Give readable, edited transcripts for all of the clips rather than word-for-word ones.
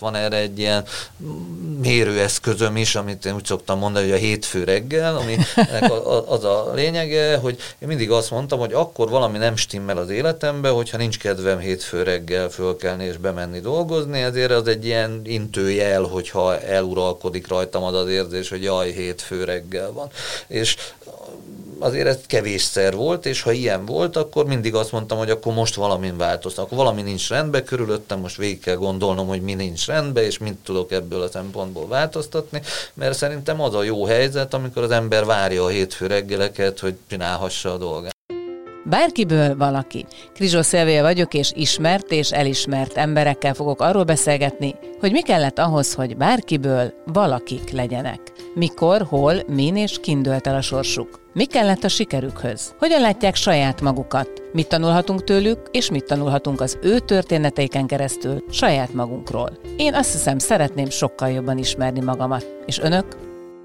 Van erre egy ilyen mérőeszközöm is, amit én úgy szoktam mondani, hogy a hétfő reggel, ami az a lényege, hogy én mindig azt mondtam, hogy akkor valami nem stimmel az életemben, hogyha nincs kedvem hétfő reggel fölkelni és bemenni dolgozni, ezért az egy ilyen intőjel, hogyha eluralkodik rajtam az érzés, hogy jaj, hétfő reggel van. És azért ez kevésszer volt, és ha ilyen volt, akkor mindig azt mondtam, hogy akkor most valamin változtam. Akkor valami nincs rendben körülöttem, most végig kell gondolnom, hogy mi nincs rendben, és mit tudok ebből a szempontból változtatni, mert szerintem az a jó helyzet, amikor az ember várja a hétfő reggeleket, hogy csinálhassa a dolgát. Bárkiből valaki. Krizsó Szilvia vagyok, és ismert és elismert emberekkel fogok arról beszélgetni, hogy mi kellett ahhoz, hogy bárkiből valakik legyenek. Mikor, hol, min és kin dőlt el a sorsuk. Mi kellett a sikerükhöz? Hogyan látják saját magukat? Mit tanulhatunk tőlük, és mit tanulhatunk az ő történeteiken keresztül saját magunkról? Én azt hiszem, szeretném sokkal jobban ismerni magamat. És önök?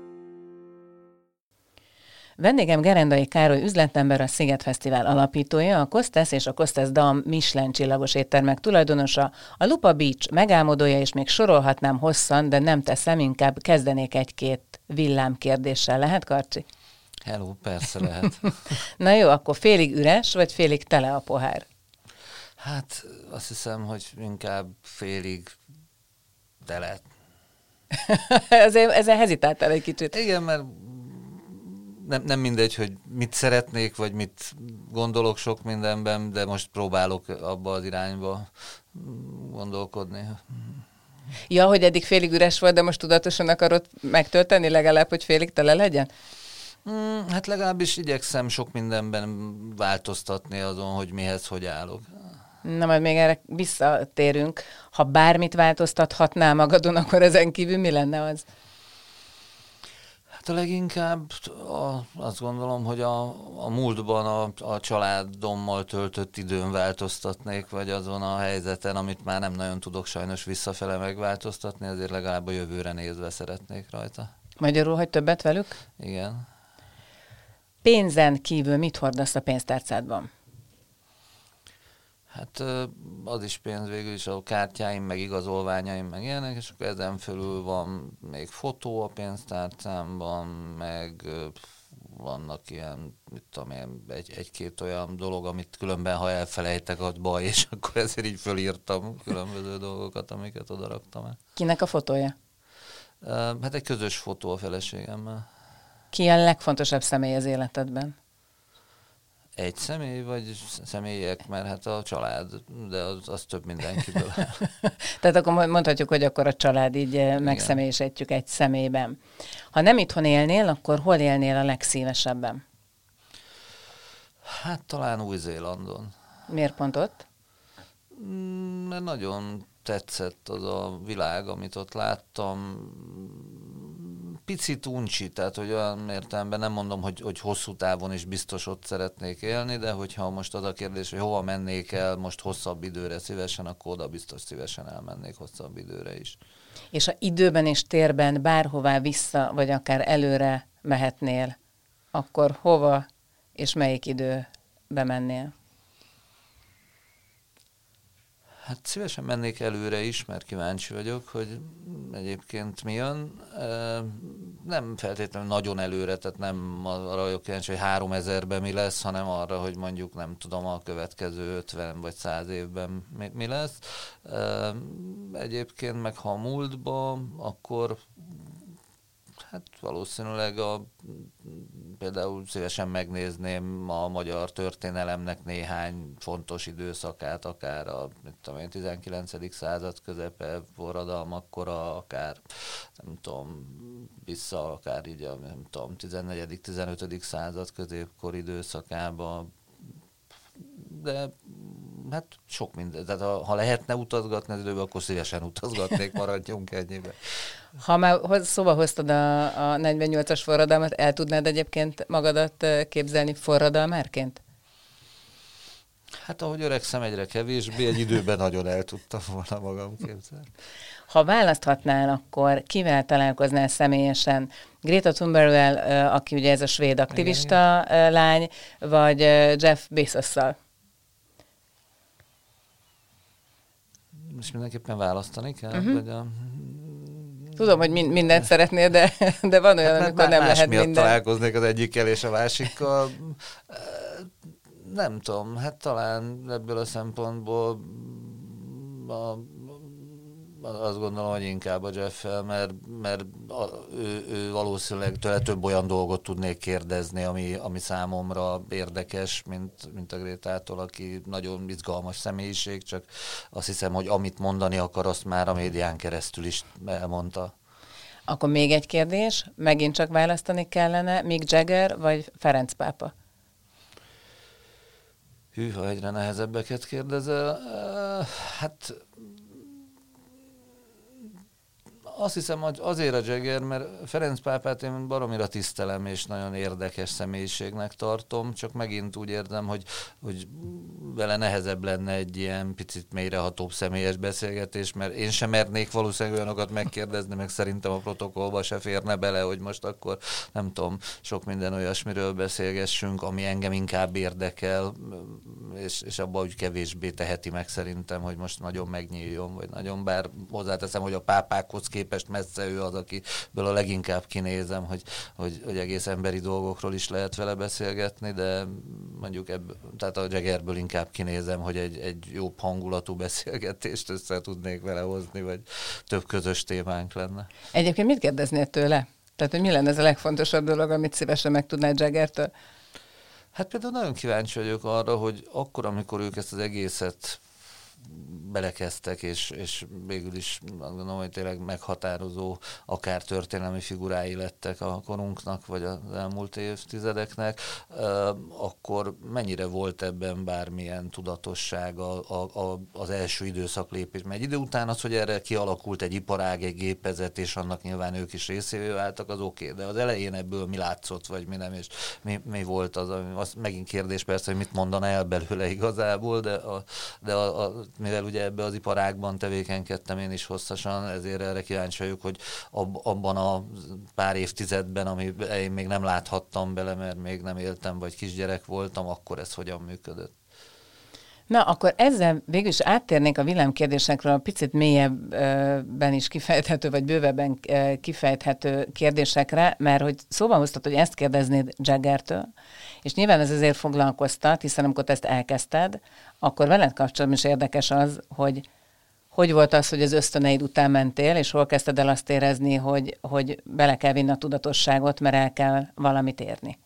Vendégem Gerendai Károly üzletember, a Sziget Fesztivál alapítója, a Kostesz és a Kostesz Dam Michelin csillagos éttermek tulajdonosa, a Lupa Beach megálmodója, és még sorolhatnám hosszan, de nem teszem, inkább kezdenék egy-két villámkérdéssel. Lehet, Karcsi? Hello, persze lehet. Na jó, akkor félig üres, vagy félig tele a pohár? Hát azt hiszem, hogy inkább félig tele. Ezzel hezitáltál egy kicsit. Igen, mert nem mindegy, hogy mit szeretnék, vagy mit gondolok sok mindenben, de most próbálok abba az irányba gondolkodni. Ja, hogy eddig félig üres volt, de most tudatosan akarod megtölteni legalább, hogy félig tele legyen? Hát legalábbis igyekszem sok mindenben változtatni azon, hogy mihez hogy állok. Na, majd még erre visszatérünk. Ha bármit változtathatnál magadon, akkor ezen kívül mi lenne az? Hát a leginkább azt gondolom, hogy a múltban a családommal töltött időn változtatnék, vagy azon a helyzeten, amit már nem nagyon tudok sajnos visszafele megváltoztatni, ezért legalább a jövőre nézve szeretnék rajta. Magyarul, hogy többet velük? Igen. Pénzen kívül mit hordasz a pénztárcádban? Hát az is pénz végül is, a kártyáim, meg igazolványaim, meg ilyenek, és akkor ezen fölül van még fotó a pénztárcámban, meg vannak ilyen, mit tudom én, egy-két olyan dolog, amit különben, ha elfelejtek, az baj, és akkor ezért így fölírtam különböző dolgokat, amiket odaraktam el. Kinek a fotója? Hát egy közös fotó a feleségemmel. Ki a legfontosabb személy az életedben? Egy személy, vagy személyek, mert hát a család, de az több mindenkiből. Tehát akkor mondhatjuk, hogy akkor a család így megszemélyesítjük egy személyben. Ha nem itthon élnél, akkor hol élnél a legszívesebben? Hát talán Új-Zélandon. Miért pont ott? Mert nagyon tetszett az a világ, amit ott láttam. Picit uncsi, tehát hogy olyan értelemben nem mondom, hogy hosszú távon is biztos ott szeretnék élni, de hogyha most az a kérdés, hogy hova mennék el most hosszabb időre szívesen, akkor oda biztos szívesen elmennék hosszabb időre is. És ha időben és térben bárhová vissza, vagy akár előre mehetnél, akkor hova és melyik időbe mennél? Hát szívesen mennék előre is, mert kíváncsi vagyok, hogy egyébként mi jön. Nem feltétlenül nagyon előre, tehát nem arra vagyok kíváncsi, hogy 3000-ben mi lesz, hanem arra, hogy mondjuk nem tudom, a következő 50 vagy 100 évben mi lesz. Egyébként meg ha a múltban, akkor hát valószínűleg például szívesen megnézném a magyar történelemnek néhány fontos időszakát, akár a 19. század közepe, forradalmakkora, akár nem tudom, vissza akár így a 14. 15. század középkor időszakába, de hát sok minden. Tehát ha lehetne utazgatni az időben, akkor szívesen utazgatnék, maradjunk ennyibe. Ha már szóba hoztad a 48-as forradalmat, el tudnád egyébként magadat képzelni forradalmárként? Hát ahogy öregszem, egyre kevésbé, egy időben nagyon el tudtam volna magam képzelni. Ha választhatnál, akkor kivel találkoznál személyesen? Greta Thunberg-vel, aki ugye ez a svéd aktivista lány, vagy Jeff Bezosszal? és mindenképpen választani kell, vagy a... Tudom, hogy mindent szeretnél, de van olyan, amikor nem lehet minden. Találkoznék az egyikkel és a másikkal. Nem tudom, hát talán ebből a szempontból azt gondolom, hogy inkább a Jeff-fel, mert ő valószínűleg tőle több olyan dolgot tudnék kérdezni, ami számomra érdekes, mint a Grétától, aki nagyon izgalmas személyiség, csak azt hiszem, hogy amit mondani akar, azt már a médián keresztül is elmondta. Akkor még egy kérdés, megint csak választani kellene, Mick Jagger vagy Ferenc pápa? Hűha, egyre nehezebbeket kérdezel. Hát azt hiszem, hogy azért a Jagger, mert Ferenc pápát én baromira tisztelem, és nagyon érdekes személyiségnek tartom, csak megint úgy érzem, hogy vele nehezebb lenne egy ilyen picit mélyrehatóbb személyes beszélgetés, mert én sem mernék valószínűleg olyanokat megkérdezni, meg szerintem a protokollba se férne bele, hogy most akkor nem tudom, sok minden olyasmiről beszélgessünk, ami engem inkább érdekel, és abban úgy kevésbé teheti meg szerintem, hogy most nagyon megnyíljon, vagy nagyon, bár hozzáteszem, hogy a pápákhoz képest messze ő az, akiből a leginkább kinézem, hogy egész emberi dolgokról is lehet vele beszélgetni, de mondjuk tehát a Jaggerből inkább kinézem, hogy egy jobb hangulatú beszélgetést össze tudnék vele hozni, vagy több közös témánk lenne. Egyébként mit kérdeznél tőle? Tehát, hogy mi lenne ez a legfontosabb dolog, amit szívesen megtudnál Jaggertől? Hát például nagyon kíváncsi vagyok arra, hogy akkor, amikor ők ezt az egészet belekezdtek, és végül is azt gondolom, hogy tényleg meghatározó akár történelmi figurái lettek a korunknak, vagy az elmúlt évtizedeknek, akkor mennyire volt ebben bármilyen tudatosság az első időszak lépés? Mert egy idő után az, hogy erre kialakult egy iparág, egy gépezet, és annak nyilván ők is részévé váltak, az oké, de az elején ebből mi látszott, vagy mi nem, és mi volt az megint kérdés persze, hogy mit mondana el belőle igazából, de mivel ugye ebbe az iparágban tevékenykedtem én is hosszasan, ezért erre kíváncsi vagyok, hogy abban a pár évtizedben, amiben én még nem láthattam bele, mert még nem éltem, vagy kisgyerek voltam, akkor ez hogyan működött. Na, akkor ezzel végül is áttérnénk a villámkérdésekről a picit mélyebben is kifejthető, vagy bővebben kifejthető kérdésekre, mert hogy szóban hoztad, hogy ezt kérdeznéd Jaggertől, és nyilván ez azért foglalkoztat, hiszen amikor te ezt elkezdted, akkor veled kapcsolatban is érdekes az, hogy volt az, hogy az ösztöneid után mentél, és hol kezdted el azt érezni, hogy bele kell vinni a tudatosságot, mert el kell valamit érni?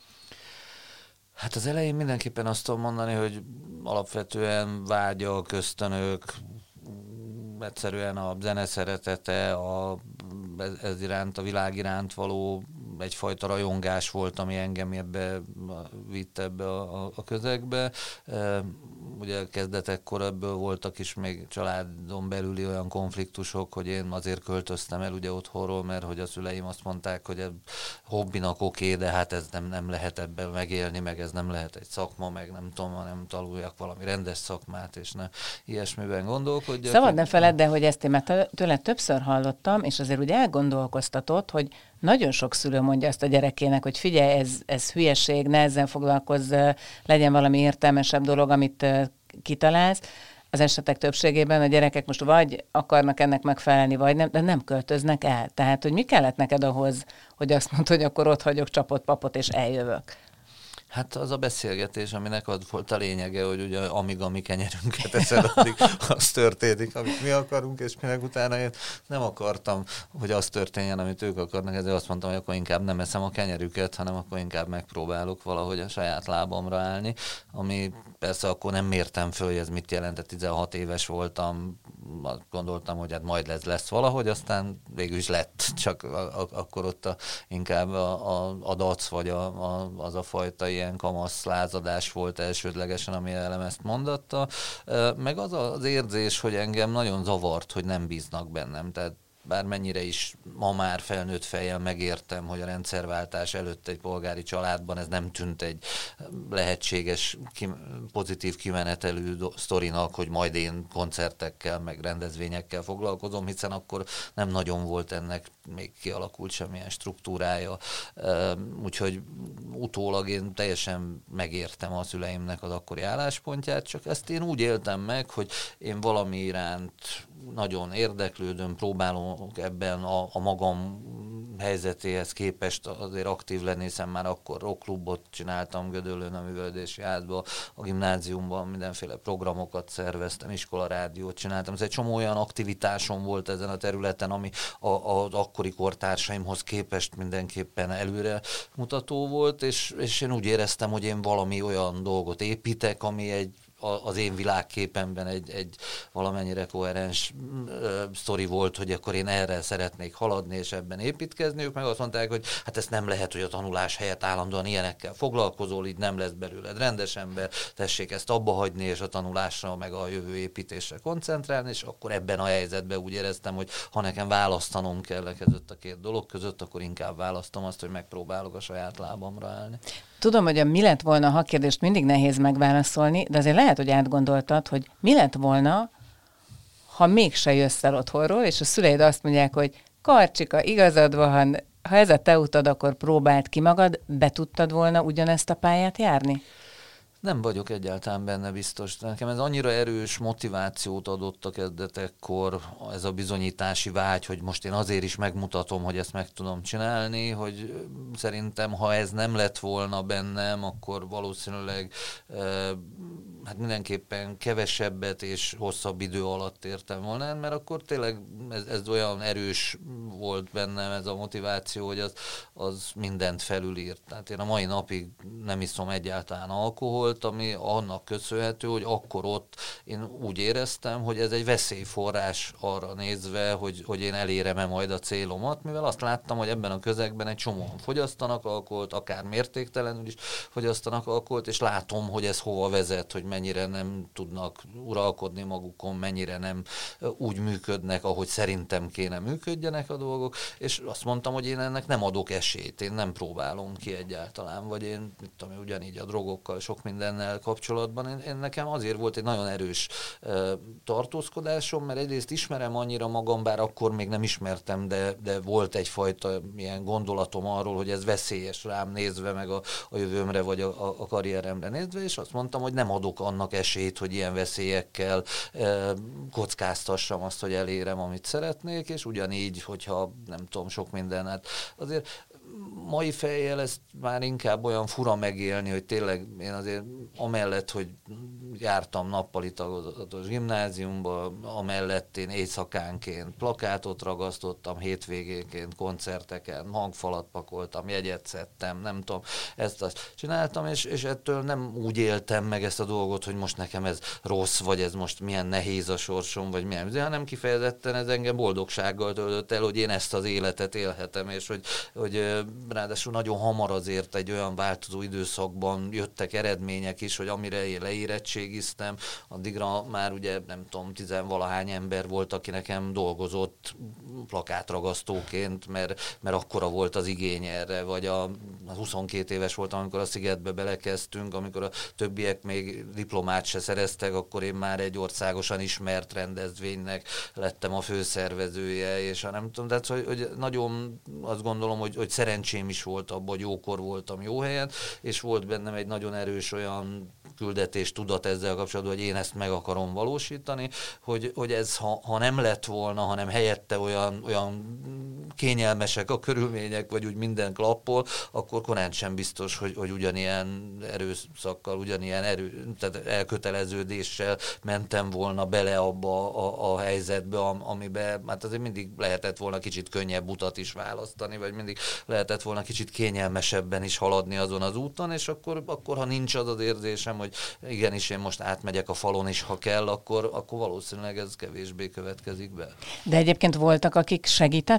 Hát az elején mindenképpen azt tudom mondani, hogy alapvetően vágyak, ösztönök, egyszerűen a zene szeretete, ez iránt, a világ iránt való egyfajta rajongás volt, ami engem vitt ebbe a közegbe. Ugye kezdetekkor ebből voltak is még családon belüli olyan konfliktusok, hogy én azért költöztem el ugye otthonról, mert hogy a szüleim azt mondták, hogy hobbinak oké, de hát ez nem lehet ebben megélni, meg ez nem lehet egy szakma, meg nem tudom, hanem tanuljak valami rendes szakmát, és ne ilyesmiben gondolkodjak. Szabad ne feledd, de hogy ezt én már tőle többször hallottam, és azért úgy elgondolkoztatott, hogy nagyon sok szülő mondja azt a gyerekének, hogy figyelj, ez hülyeség, ne ezzel foglalkozz, legyen valami értelmesebb dolog, amit kitalálsz. Az esetek többségében a gyerekek most vagy akarnak ennek megfelelni, vagy nem, de nem költöznek el. Tehát, hogy mi kellett neked ahhoz, hogy azt mondd, hogy akkor ott hagyok csapot, papot, és eljövök? Hát az a beszélgetés, aminek az volt a lényege, hogy ugye amíg a mi kenyerünket eszed, addig az történik, amit mi akarunk, és minek utána én nem akartam, hogy az történjen, amit ők akarnak, ezért azt mondtam, hogy akkor inkább nem eszem a kenyerüket, hanem akkor inkább megpróbálok valahogy a saját lábamra állni, ami persze akkor nem mértem föl, hogy ez mit jelentett, 16 éves voltam, gondoltam, hogy hát majd lesz valahogy, aztán végül is lett, csak akkor ott inkább a dac, vagy az a fajta ilyen kamasz lázadás volt elsődlegesen, ami elem ezt mondatta, meg az az érzés, hogy engem nagyon zavart, hogy nem bíznak bennem, tehát bármennyire is ma már felnőtt fejjel megértem, hogy a rendszerváltás előtt egy polgári családban ez nem tűnt egy lehetséges pozitív kimenetelű sztorinak, hogy majd én koncertekkel, meg rendezvényekkel foglalkozom, hiszen akkor nem nagyon volt ennek még kialakult semmilyen struktúrája. Úgyhogy utólag én teljesen megértem a szüleimnek az akkori álláspontját, csak ezt én úgy éltem meg, hogy én valami iránt nagyon érdeklődöm, próbálok ebben a magam helyzetéhez képest azért aktív lenni, hiszen már akkor rockklubot csináltam Gödöllőn, a művelődési házban, a gimnáziumban mindenféle programokat szerveztem, iskolarádiót csináltam. Ez egy csomó olyan aktivitásom volt ezen a területen, ami az akkori kortársaimhoz képest mindenképpen előre mutató volt, és én úgy éreztem, hogy én valami olyan dolgot építek, ami az én világképemben egy valamennyire koherens sztori volt, hogy akkor én erre szeretnék haladni, és ebben építkezni. Ők meg azt mondták, hogy hát ez nem lehet, hogy a tanulás helyett állandóan ilyenekkel foglalkozol, így nem lesz belőled rendes ember, tessék ezt abba hagyni, és a tanulásra, meg a jövő építésre koncentrálni, és akkor ebben a helyzetben úgy éreztem, hogy ha nekem választanom kell között a két dolog között, akkor inkább választom azt, hogy megpróbálok a saját lábamra állni. Tudom, hogy a mi lett volna, ha kérdést mindig nehéz megválaszolni, de azért lehet, hogy átgondoltad, hogy mi lett volna, ha mégse jössz el otthonról, és a szüleid azt mondják, hogy Karcsika, igazad van, ha ez a te utad, akkor próbáld ki magad, be tudtad volna ugyanezt a pályát járni? Nem vagyok egyáltalán benne biztos. Nekem ez annyira erős motivációt adott a kezdetekkor, ez a bizonyítási vágy, hogy most én azért is megmutatom, hogy ezt meg tudom csinálni, hogy szerintem, ha ez nem lett volna bennem, akkor valószínűleg hát mindenképpen kevesebbet és hosszabb idő alatt értem volna, mert akkor tényleg ez olyan erős volt bennem ez a motiváció, hogy az mindent felülírt. Tehát én a mai napig nem iszom egyáltalán alkoholt, ami annak köszönhető, hogy akkor ott én úgy éreztem, hogy ez egy veszélyforrás arra nézve, hogy én elérem-e majd a célomat, mivel azt láttam, hogy ebben a közegben egy csomóan fogyasztanak alkoholt, akár mértéktelenül is fogyasztanak alkoholt, és látom, hogy ez hova vezet, hogy mennyire nem tudnak uralkodni magukon, mennyire nem úgy működnek, ahogy szerintem kéne működjenek a dolgok, és azt mondtam, hogy én ennek nem adok esélyt, én nem próbálom ki egyáltalán, vagy én, mit tudom, ugyanígy a drogokkal, sok mindennel kapcsolatban. Én nekem azért volt egy nagyon erős tartózkodásom, mert egyrészt ismerem annyira magam, bár akkor még nem ismertem, de volt egyfajta ilyen gondolatom arról, hogy ez veszélyes rám nézve, meg a jövőmre, vagy a karrieremre nézve, és azt mondtam, hogy nem adok annak esélyt, hogy ilyen veszélyekkel kockáztassam azt, hogy elérem, amit szeretnék, és ugyanígy, hogyha nem tudom, sok minden, hát azért mai fejjel ezt már inkább olyan fura megélni, hogy tényleg én azért amellett, hogy jártam nappali tagozatos gimnáziumba, amellett én éjszakánként plakátot ragasztottam, hétvégénként koncerteken, hangfalat pakoltam, jegyet szedtem, nem tudom, ezt csináltam, és ettől nem úgy éltem meg ezt a dolgot, hogy most nekem ez rossz, vagy ez most milyen nehéz a sorsom, vagy milyen, hanem kifejezetten ez engem boldogsággal töltött el, hogy én ezt az életet élhetem, és hogy ráadásul nagyon hamar azért egy olyan változó időszakban jöttek eredmények is, hogy amire én leérettségiztem, addigra már ugye nem tudom, 10-valahány ember volt, aki nekem dolgozott plakátragasztóként, mert akkora volt az igény erre, vagy 22 éves voltam, amikor a Szigetbe belekezdtünk, amikor a többiek még diplomát se szereztek, akkor én már egy országosan ismert rendezvénynek lettem a főszervezője, és nem tudom, tehát hogy nagyon azt gondolom, hogy szerencsém is volt abban, hogy jókor voltam jó helyen, és volt bennem egy nagyon erős olyan küldetés tudat ezzel kapcsolatban, hogy én ezt meg akarom valósítani, hogy ez ha nem lett volna, hanem helyette olyan kényelmesek a körülmények, vagy úgy minden klappol, akkor korán sem biztos, hogy ugyanilyen erőszakkal, ugyanilyen tehát elköteleződéssel mentem volna bele abba a helyzetbe, amiben hát azért mindig lehetett volna kicsit könnyebb utat is választani, vagy mindig lehetett volna kicsit kényelmesebben is haladni azon az úton, és akkor ha nincs az érzésem, hogy igenis én most átmegyek a falon is, ha kell, akkor valószínűleg ez kevésbé következik be. De egyébként voltak, akik segítettek, vagy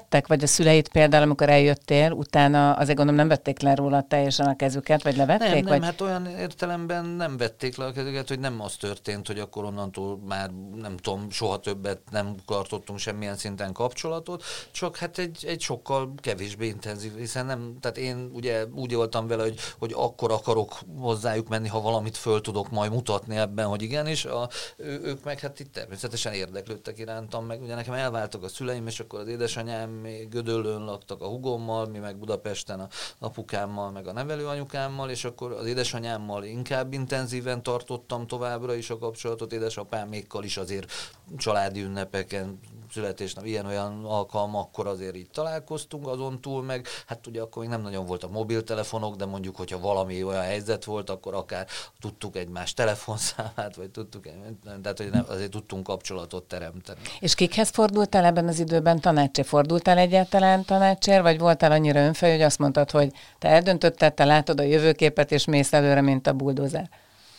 a szüleid például, amikor eljöttél, utána azért gondolom nem vették le róla teljesen a kezüket, vagy levették? Nem, hát olyan értelemben nem vették le a kezüket, hogy nem az történt, hogy akkor onnantól már nem tudom, soha többet nem tartottunk semmilyen szinten kapcsolatot, csak hát egy sokkal kevésbé intenzív, hiszen nem, tehát én ugye úgy voltam vele, hogy akkor akarok hozzájuk menni, ha valamit föl tudok majd mutatni ebben, hogy igenis, ők meg hát itt természetesen érdeklődtek irántam, meg ugye nekem elváltak a szüleim, és akkor az édesanyám még Gödöllőn laktak a hugommal, mi meg Budapesten a apukámmal, meg a nevelőanyukámmal, és akkor az édesanyámmal inkább intenzíven tartottam továbbra is a kapcsolatot, édesapámékkal is azért családi ünnepeken, születésnap, ilyen-olyan alkalmakkor azért így találkoztunk, azon túl meg, hát ugye akkor még nem nagyon voltak mobiltelefonok, de mondjuk, hogyha valami olyan helyzet volt, akkor akár tudtuk egymás telefonszámát, vagy tehát hogy azért tudtunk kapcsolatot teremteni. És kikhez fordultál ebben az időben tanácsért? Fordultál egyáltalán tanácsért, vagy voltál annyira önfej, hogy azt mondtad, hogy te eldöntötted, te látod a jövőképet, és mész előre, mint a buldózer?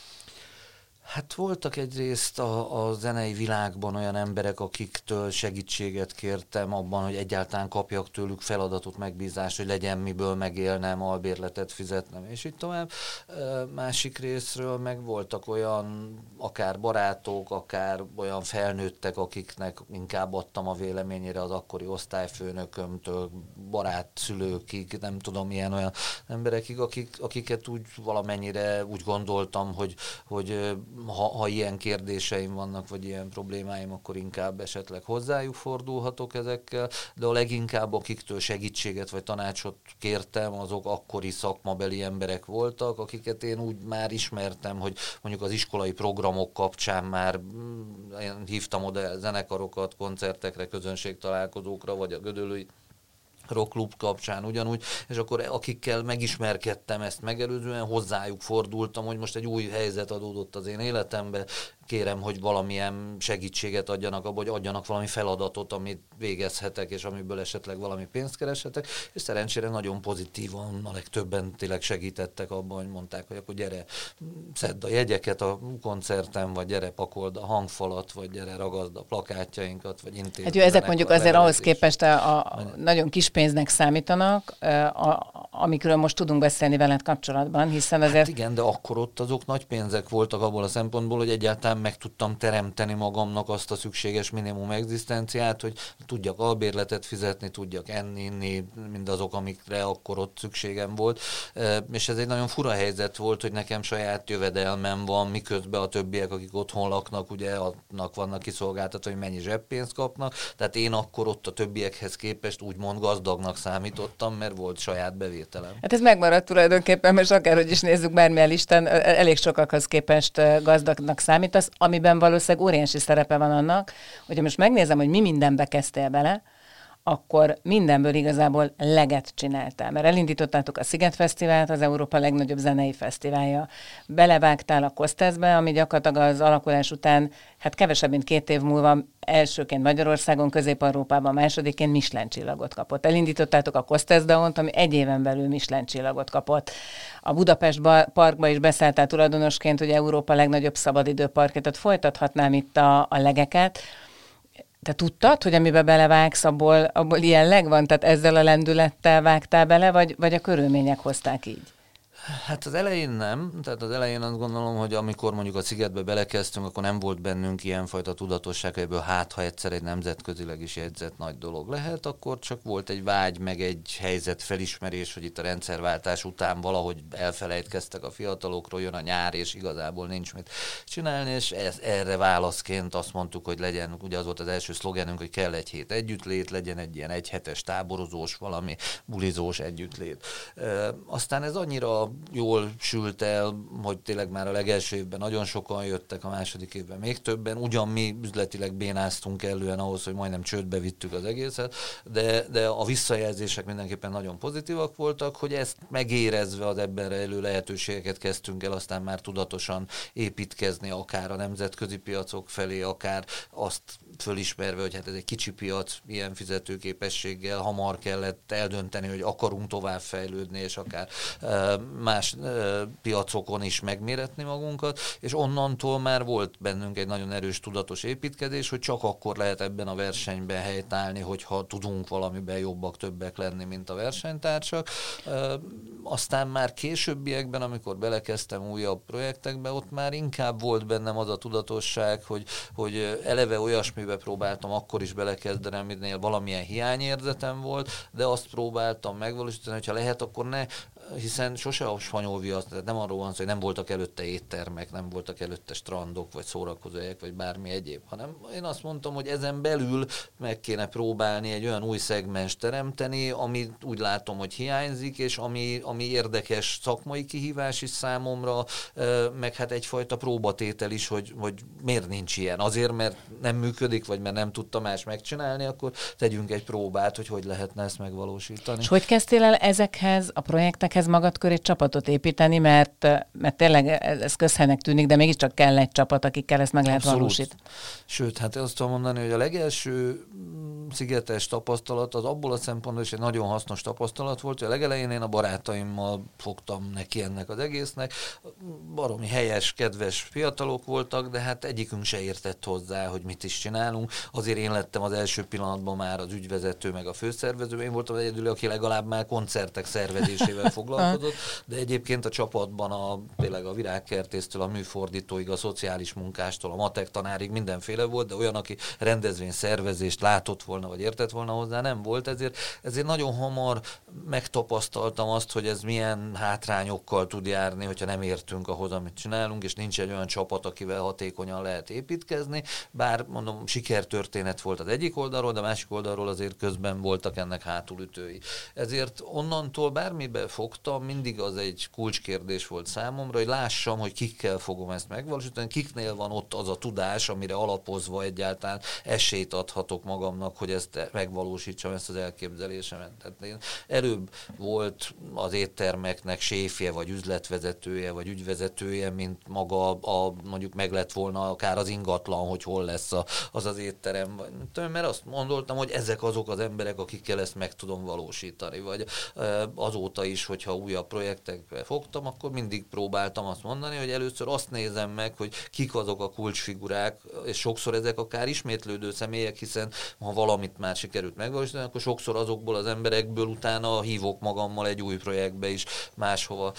Hát voltak egyrészt a zenei világban olyan emberek, akiktől segítséget kértem abban, hogy egyáltalán kapjak tőlük feladatot, megbízást, hogy legyen miből megélnem, albérletet fizetnem, és így tovább. Másik részről meg voltak olyan akár barátok, akár olyan felnőttek, akiknek inkább adtam a véleményére az akkori osztályfőnökömtől, barátszülőkig, nem tudom, ilyen olyan emberekig, akiket úgy valamennyire úgy gondoltam, hogy ha ilyen kérdéseim vannak, vagy ilyen problémáim, akkor inkább esetleg hozzájuk fordulhatok ezekkel, de a leginkább akiktől segítséget vagy tanácsot kértem, azok akkori szakmabeli emberek voltak, akiket én úgy már ismertem, hogy mondjuk az iskolai programok kapcsán már én hívtam oda zenekarokat koncertekre, közönségtalálkozókra, vagy a gödöllői rockklub kapcsán ugyanúgy, és akkor akikkel megismerkedtem ezt megelőzően, hozzájuk fordultam, hogy most egy új helyzet adódott az én életembe, kérem, hogy valamilyen segítséget adjanak abba, hogy adjanak valami feladatot, amit végezhetek, és amiből esetleg valami pénzt kereshetek, és szerencsére nagyon pozitívan a legtöbben tényleg segítettek abban, hogy mondták, hogy akkor gyere, szedd a jegyeket a koncerten, vagy gyere, pakold a hangfalat, vagy gyere, ragazd a plakátjainkat, vagy intézd. Hát jó, ezek mondjuk azért ahhoz képest a nagyon kis pénznek számítanak, amikről most tudunk beszélni veled kapcsolatban, hiszen azért... Hát igen, de akkor ott azok nagy pénzek voltak abból a szempontból, hogy egyáltalán meg tudtam teremteni magamnak azt a szükséges minimum egzisztenciát, hogy tudjak albérletet fizetni, tudjak enni, inni, mindazok, amikre akkor ott szükségem volt. És ez egy nagyon fura helyzet volt, hogy nekem saját jövedelmem van, miközben a többiek, akik otthon laknak, ugye annak vannak kiszolgáltatva, hogy mennyi zseppénzt kapnak. Tehát én akkor ott a többiekhez képest úgymond gazdagnak számítottam, mert volt saját bevételem. Hát ez megmaradt tulajdonképpen, mert akárhogy is nézzük bármilyen listán, elég sokakhoz képest gazdagnak számítasz, amiben valószínűleg óriási szerepe van annak, hogyha most megnézem, hogy mi mindenbe kezdtél bele, akkor mindenből igazából leget csináltál. Mert elindítottátok a Sziget Fesztivált, az Európa legnagyobb zenei fesztiválja. Belevágtál a Kosteszbe, ami gyakorlatilag az alakulás után, hát kevesebb, mint 2 év múlva elsőként Magyarországon, Közép-Európában, másodikként Michelin csillagot kapott. Elindítottátok a Kosteszdaont, ami 1 éven belül Michelin csillagot kapott. A Budapest Parkba is beszálltál tulajdonosként, hogy Európa legnagyobb szabadidőparkja, tehát folytathatnám itt a legeket. Te tudtad, hogy amiben belevágsz, abból ilyen leg van? Tehát ezzel a lendülettel vágtál bele, vagy a körülmények hozták így? Hát az elején nem, tehát az elején azt gondolom, hogy amikor mondjuk a Szigetbe belekezdtünk, akkor nem volt bennünk ilyenfajta tudatosság, hogy ebből ha egyszer egy nemzetközileg is jegyzett nagy dolog lehet, akkor csak volt egy vágy, meg egy helyzet felismerés, hogy itt a rendszerváltás után valahogy elfelejtkeztek a fiatalokról, jön a nyár, és igazából nincs mit csinálni, és erre válaszként azt mondtuk, hogy legyen, ugye az volt az első szlogenünk, hogy kell egy hét együttlét, legyen egy ilyen egyhetes táborozós, valami bulizós együttlét. Aztán ez annyira jól sült el, hogy tényleg már a legelső évben nagyon sokan jöttek, a második évben még többen. Ugyan mi üzletileg bénáztunk elően ahhoz, hogy majdnem csődbe vittük az egészet, de a visszajelzések mindenképpen nagyon pozitívak voltak, hogy ezt megérezve az ebben rejlő lehetőségeket kezdtünk el aztán már tudatosan építkezni, akár a nemzetközi piacok felé, akár azt fölismerve, hogy hát ez egy kicsi piac, ilyen fizetőképességgel, hamar kellett eldönteni, hogy akarunk továbbfejlődni, és akár más piacokon is megméretni magunkat, és onnantól már volt bennünk egy nagyon erős tudatos építkezés, hogy csak akkor lehet ebben a versenyben helytállni, hogyha tudunk valamiben jobbak, többek lenni, mint a versenytársak. Aztán már későbbiekben, amikor belekezdtem újabb projektekbe, ott már inkább volt bennem az a tudatosság, hogy eleve olyasmibe próbáltam akkor is belekezdeni, aminél valamilyen hiányérzetem volt, de azt próbáltam megvalósítani, hogyha lehet, akkor ne, hiszen sose a spanyol viasz, tehát nem arról van szó, hogy nem voltak előtte éttermek, nem voltak előtte strandok, vagy szórakozóhelyek, vagy bármi egyéb, hanem én azt mondtam, hogy ezen belül meg kéne próbálni egy olyan új szegmens teremteni, ami úgy látom, hogy hiányzik, és ami érdekes szakmai kihívás is számomra, meg hát egyfajta próbatétel is, hogy miért nincs ilyen. Azért, mert nem működik, vagy mert nem tudta más megcsinálni, akkor tegyünk egy próbát, hogy lehetne ezt megvalósítani. És hogy kezdtél el ezekhez a projektekhez magad köré csapatot építeni, mert tényleg ez közhelynek tűnik, de mégiscsak kell egy csapat, akikkel ezt meg lehet valósítani. Sőt, hát azt tudom mondani, hogy a legelső szigetes tapasztalat az abból a szempontból is egy nagyon hasznos tapasztalat volt, hogy a legelején én a barátaimmal fogtam neki ennek az egésznek. Baromi helyes, kedves fiatalok voltak, de hát egyikünk se értett hozzá, hogy mit is csinálunk. Azért én lettem az első pillanatban már az ügyvezető, meg a főszervező. Én voltam az egyedül, aki legalább már koncertek szervezésével foglalkozott, de egyébként a csapatban tényleg a virágkertésztől, a műfordítóig, a szociális munkástól, a matek tanárig mindenféle volt, de olyan, aki rendezvény szervezést látott volna, vagy értett volna hozzá, nem volt. Ezért nagyon hamar megtapasztaltam azt, hogy ez milyen hátrányokkal tud járni, hogyha nem értünk ahhoz, amit csinálunk, és nincs egy olyan csapat, akivel hatékonyan lehet építkezni, bár mondom, sikertörténet volt az egyik oldalról, de a másik oldalról azért közben voltak ennek hátulütői. Ezért onnantól bármibe fogtam, mindig az egy kulcskérdés volt számomra, hogy lássam, hogy kikkel fogom ezt megvalósítani, kiknél van ott az a tudás, amire alapozva egyáltalán esélyt adhatok magamnak, hogy ezt megvalósítsam, ezt az elképzelésemet. Tehát én előbb volt az éttermeknek séfje, vagy üzletvezetője, vagy ügyvezetője, mint maga mondjuk meg lett volna akár az ingatlan, hogy hol lesz az étterem. Mert azt gondoltam, hogy ezek azok az emberek, akikkel ezt meg tudom valósítani. Vagy azóta is, hogyha újabb projektekbe fogtam, akkor mindig próbáltam azt mondani, hogy először azt nézem meg, hogy kik azok a kulcsfigurák, és sokszor ezek akár ismétlődő személyek, hiszen ha valamit már sikerült megvalósítani, akkor sokszor azokból az emberekből utána hívok magammal egy új projektbe is máshova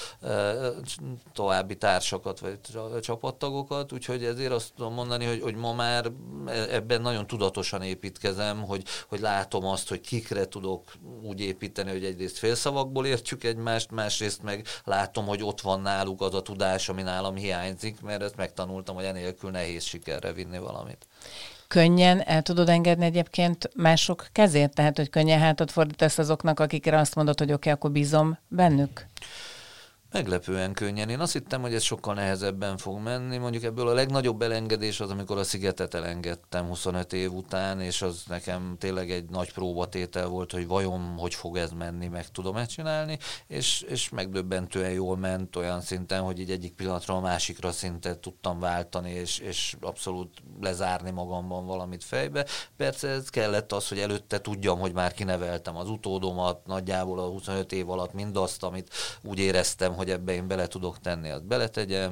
további társakat, vagy csapattagokat, úgyhogy ezért azt tudom mondani, hogy ma már ebben nagyon tudatosan építkezem, hogy látom azt, hogy kikre tudok úgy építeni, hogy egyrészt félszavakból értjük egymást, másrészt meg látom, hogy ott van náluk az a tudás, ami nálam hiányzik, mert ezt megtanultam, hogy enélkül nehéz sikerre vinni valamit. Könnyen el tudod engedni egyébként mások kezét? Tehát, hogy könnyen hátat fordítasz azoknak, akikre azt mondod, hogy oké, akkor bízom bennük? Meglepően könnyen. Én azt hittem, hogy ez sokkal nehezebben fog menni. Mondjuk ebből a legnagyobb elengedés az, amikor a Szigetet elengedtem 25 év után, és az nekem tényleg egy nagy próbatétel volt, hogy vajon hogy fog ez menni, meg tudom-e csinálni, és megdöbbentően jól ment olyan szinten, hogy így egyik pillanatra a másikra szintet tudtam váltani, és abszolút lezárni magamban valamit fejbe. Persze ez kellett az, hogy előtte tudjam, hogy már kineveltem az utódomat, nagyjából a 25 év alatt mindazt, amit úgy éreztem, hogy ebbe én bele tudok tenni, azt beletegyem,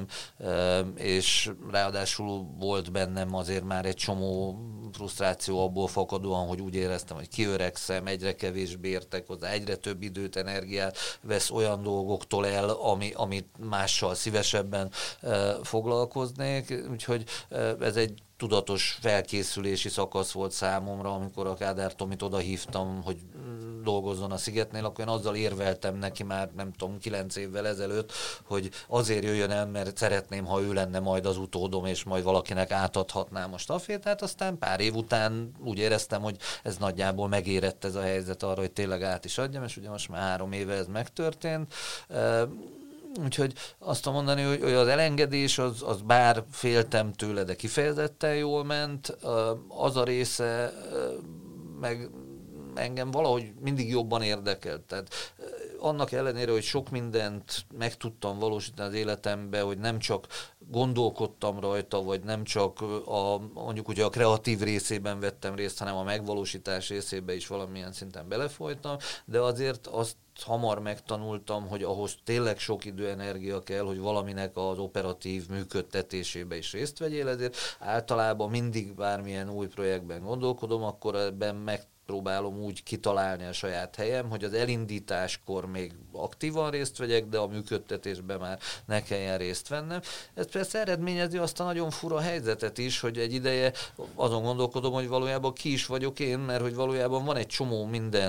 és ráadásul volt bennem azért már egy csomó frusztráció abból fakadóan, hogy úgy éreztem, hogy kiöregszem, egyre kevésbé értek hozzá, egyre több időt, energiát vesz olyan dolgoktól el, amit mással szívesebben foglalkoznék, úgyhogy ez egy tudatos felkészülési szakasz volt számomra, amikor a Kádár Tomit oda hívtam, hogy dolgozzon a Szigetnél, akkor én azzal érveltem neki már, nem tudom, 9 évvel ezelőtt, hogy azért jöjjön el, mert szeretném, ha ő lenne majd az utódom, és majd valakinek átadhatnám a stafétát, aztán pár év után úgy éreztem, hogy ez nagyjából megérett ez a helyzet arra, hogy tényleg át is adjam, és ugye most már 3 éve ez megtörtént. Úgyhogy azt tudom mondani, hogy az elengedés, az bár féltem tőle, de kifejezetten jól ment, az a része meg engem valahogy mindig jobban érdekelt. Tehát annak ellenére, hogy sok mindent meg tudtam valósítani az életembe, hogy nem csak gondolkodtam rajta, vagy nem csak mondjuk ugye a kreatív részében vettem részt, hanem a megvalósítás részébe is valamilyen szinten belefolytam, de azért azt hamar megtanultam, hogy ahhoz tényleg sok idő, energia kell, hogy valaminek az operatív működtetésébe is részt vegyél, ezért általában mindig bármilyen új projektben gondolkodom, akkor ebben megpróbálom úgy kitalálni a saját helyem, hogy az elindításkor még aktívan részt vegyek, de a működtetésben már ne kelljen részt vennem. Ez persze eredményezi azt a nagyon fura helyzetet is, hogy egy ideje azon gondolkodom, hogy valójában ki is vagyok én, mert hogy valójában van egy csomó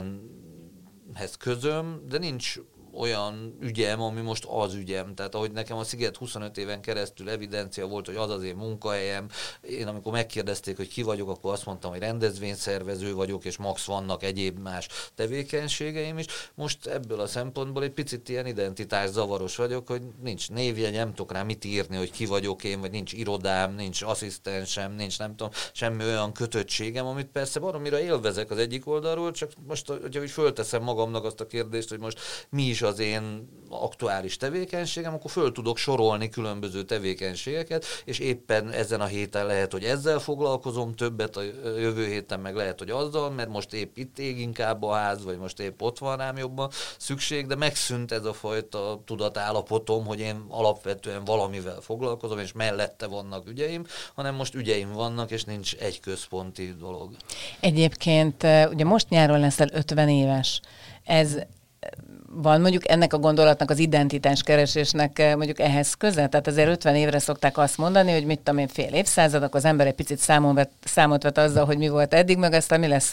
mindenhez közöm, de nincs olyan ügyem, ami most az ügyem. Tehát ahogy nekem a Sziget 25 éven keresztül evidencia volt, hogy az az én munkahelyem. Én amikor megkérdezték, hogy ki vagyok, akkor azt mondtam, hogy rendezvényszervező vagyok, és max vannak egyéb más tevékenységeim is. Most ebből a szempontból egy picit ilyen identitászavaros vagyok, hogy nincs névjegy, nem tudok rá mit írni, hogy ki vagyok én, vagy nincs irodám, nincs asszisztensem, nincs nem tudom, semmi olyan kötöttségem, amit persze baromira élvezek az egyik oldalról, csak most, hogyha úgy fölteszem magamnak azt a kérdést, hogy most mi is az én aktuális tevékenységem, akkor föl tudok sorolni különböző tevékenységeket, és éppen ezen a héten lehet, hogy ezzel foglalkozom többet, a jövő héten meg lehet, hogy azzal, mert most épp itt ég inkább a ház, vagy most épp ott van rám jobban szükség, de megszűnt ez a fajta tudatállapotom, hogy én alapvetően valamivel foglalkozom, és mellette vannak ügyeim, hanem most ügyeim vannak, és nincs egy központi dolog. Egyébként ugye most nyáron leszel 50 éves. Ez van mondjuk ennek a gondolatnak, az identitáskeresésnek mondjuk ehhez köze? Tehát azért 50 évre szokták azt mondani, hogy mit tudom én, fél évszázad, akkor az ember egy picit számot vet azzal, hogy mi volt eddig, meg aztán mi lesz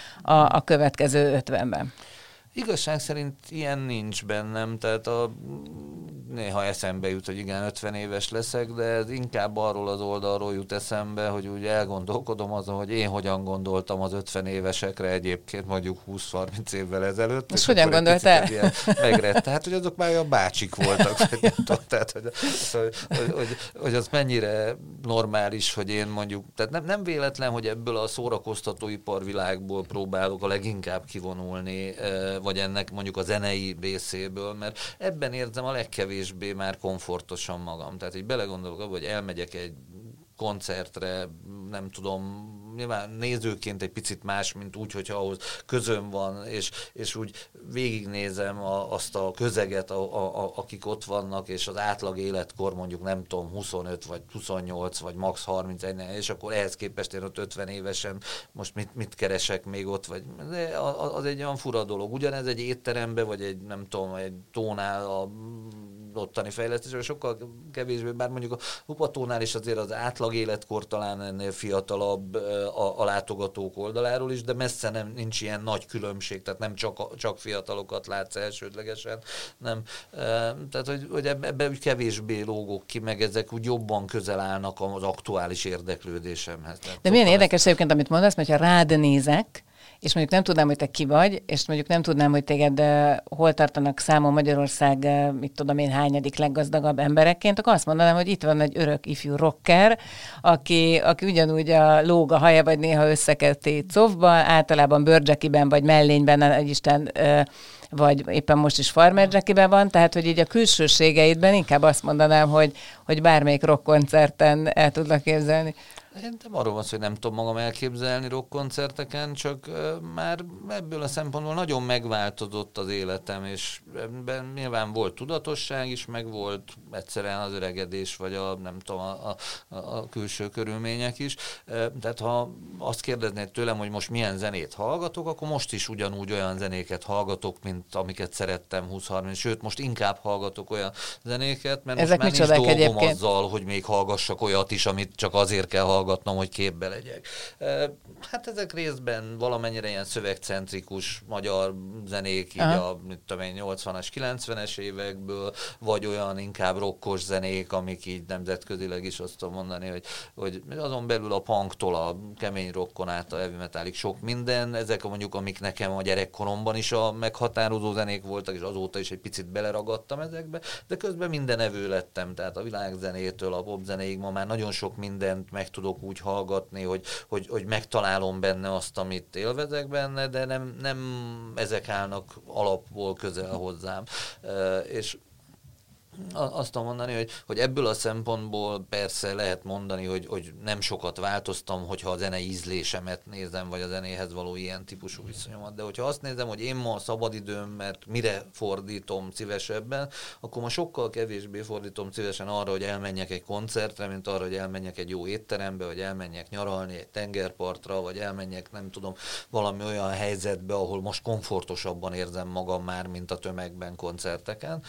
a következő 50-ben. Igazság szerint ilyen nincs bennem, tehát néha eszembe jut, hogy igen, 50 éves leszek, de ez inkább arról az oldalról jut eszembe, hogy úgy elgondolkodom azon, hogy én hogyan gondoltam az 50 évesekre egyébként mondjuk 20-30 évvel ezelőtt. És hogyan gondoltál? Tehát, hogy azok már olyan bácsik voltak, tehát, hogy az mennyire normális, hogy én mondjuk, tehát nem véletlen, hogy ebből a szórakoztatóiparvilágból próbálok a leginkább kivonulni, vagy ennek mondjuk a zenei részéből, mert ebben érzem a legkevésbé már komfortosan magam. Tehát így belegondolok abba, hogy elmegyek egy koncertre, nem tudom, nyilván nézőként egy picit más, mint úgy, hogyha ahhoz közöm van, és úgy végignézem azt a közeget, akik ott vannak, és az átlag életkor mondjuk nem tudom, 25 vagy 28 vagy max 31, és akkor ehhez képest én ott 50 évesen most mit keresek még ott, vagy de az egy olyan fura dolog. Ugyanez egy étterembe, vagy egy nem tudom, egy tónál a ottani fejlesztésben sokkal kevésbé, bár mondjuk a Lupatónál is azért az átlag életkor talán ennél fiatalabb a látogatók oldaláról is, de messze nincs ilyen nagy különbség, tehát nem csak fiatalokat látsz elsődlegesen, nem. Tehát, hogy ebbe úgy kevésbé lógok ki, meg ezek úgy jobban közel állnak az aktuális érdeklődésemhez. De milyen érdekes egyébként, amit mondasz, mert ha rád nézek, és mondjuk nem tudnám, hogy te ki vagy, és mondjuk nem tudnám, hogy téged hol tartanak számon Magyarország, mit tudom én, hányadik leggazdagabb emberekként, akkor azt mondanám, hogy itt van egy örök ifjú rocker, aki ugyanúgy lóg a haja, vagy néha összeköti cofba, általában bőrcsekiben, vagy mellényben, egy Isten, vagy éppen most is farmer jackiben van, tehát, hogy így a külsőségeidben inkább azt mondanám, hogy bármelyik rockkoncerten el tudlak képzelni. Én nem arról van szó, hogy nem tudom magam elképzelni rockkoncerteken, csak már ebből a szempontból nagyon megváltozott az életem, és ebben nyilván volt tudatosság is, meg volt egyszerűen az öregedés, vagy nem tudom, a külső körülmények is. Tehát ha azt kérdeznéd tőlem, hogy most milyen zenét hallgatok, akkor most is ugyanúgy olyan zenéket hallgatok, mint amiket szerettem 20-30, sőt, most inkább hallgatok olyan zenéket, mert ezek most már nincs dolgom egyébként azzal, hogy még hallgassak olyat is, amit csak azért kell hallgatnom, hogy képbe legyek. Hát ezek részben valamennyire ilyen szövegcentrikus magyar zenék, így a 80-as, 90-es évekből, vagy olyan inkább rokkos zenék, amik így nemzetközileg is azt tudom mondani, hogy azon belül a punktól a kemény rockon át a heavy metalig sok minden, ezek mondjuk, amik nekem a gyerekkoromban is a meghatározó zenék voltak, és azóta is egy picit beleragadtam ezekbe, de közben minden evő lettem, tehát a világzenétől a popzenéig ma már nagyon sok mindent meg tudok tudok úgy hallgatni, hogy megtalálom benne azt, amit élvezek benne, de nem ezek állnak alapból közel hozzám. És azt tudom mondani, hogy ebből a szempontból persze lehet mondani, hogy nem sokat változtam, hogyha a zenei ízlésemet nézem, vagy a zenéhez való ilyen típusú viszonyomat. De hogyha azt nézem, hogy én ma a szabadidőmet mire fordítom szívesebben, akkor ma sokkal kevésbé fordítom szívesen arra, hogy elmenjek egy koncertre, mint arra, hogy elmenjek egy jó étterembe, vagy elmenjek nyaralni egy tengerpartra, vagy elmenjek, nem tudom, valami olyan helyzetbe, ahol most komfortosabban érzem magam már, mint a tömegben koncerteken.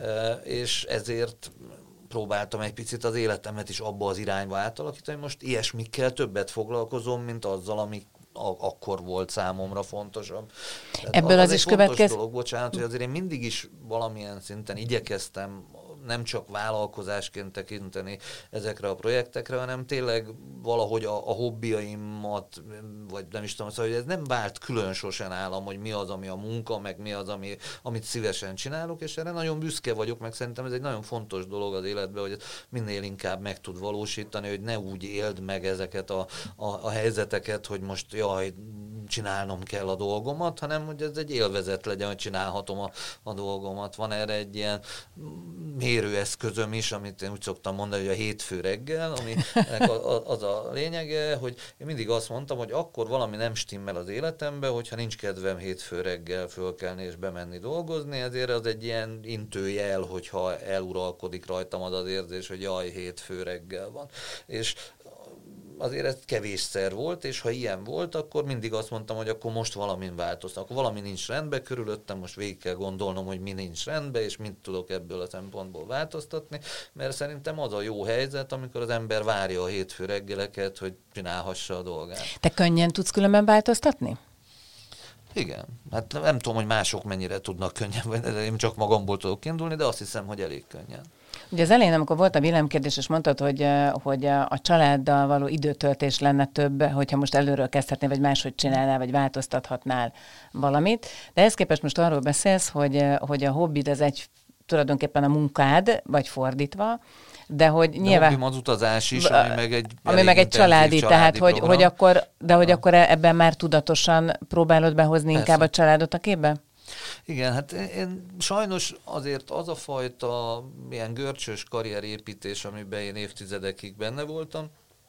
És ezért próbáltam egy picit az életemet is abba az irányba átalakítani, most ilyesmikkel többet foglalkozom, mint azzal, ami akkor volt számomra fontosabb. Tehát ebből az is következik. Dolog, bocsánat, hogy azért én mindig is valamilyen szinten igyekeztem nem csak vállalkozásként tekinteni ezekre a projektekre, hanem tényleg valahogy a hobbiaimat, vagy nem is tudom, szóval, hogy ez nem vált külön sosem nálam, hogy mi az, ami a munka, meg mi az, amit szívesen csinálok, és erre nagyon büszke vagyok, meg szerintem ez egy nagyon fontos dolog az életben, hogy minél inkább meg tud valósítani, hogy ne úgy éld meg ezeket a helyzeteket, hogy most jaj, csinálnom kell a dolgomat, hanem hogy ez egy élvezet legyen, hogy csinálhatom a dolgomat. Van erre egy ilyen mérőeszközöm is, amit én úgy szoktam mondani, hogy a hétfő reggel, ami az a lényege, hogy én mindig azt mondtam, hogy akkor valami nem stimmel az életembe, hogyha nincs kedvem hétfő reggel fölkelni és bemenni dolgozni, ezért az egy ilyen intőjel, hogyha eluralkodik rajtam az érzés, hogy jaj, hétfő reggel van. És azért ez kevésszer volt, és ha ilyen volt, akkor mindig azt mondtam, hogy akkor most valamin változtam. Akkor valami nincs rendben körülöttem, most végig kell gondolnom, hogy mi nincs rendben, és mit tudok ebből a szempontból változtatni, mert szerintem az a jó helyzet, amikor az ember várja a hétfő reggeleket, hogy csinálhassa a dolgát. Te könnyen tudsz különben változtatni? Igen. Hát nem tudom, hogy mások mennyire tudnak könnyen, én csak magamból tudok indulni, de azt hiszem, hogy elég könnyen. Ugye az elején, amikor volt a villámkérdés, és mondtad, hogy a családdal való időtöltés lenne több, hogyha most előről kezdhetnél, vagy máshogy csinálnál, vagy változtathatnál valamit. De ehhez képest most arról beszélsz, hogy a hobbid az tulajdonképpen a munkád, vagy fordítva, de hogy nyilván... De az utazás is, ami meg egy családi, tehát hogy akkor ebben már tudatosan próbálod behozni Persze. inkább a családot a képbe? Igen, hát én sajnos azért az a fajta ilyen görcsös karrierépítés, amiben én évtizedekig benne voltam,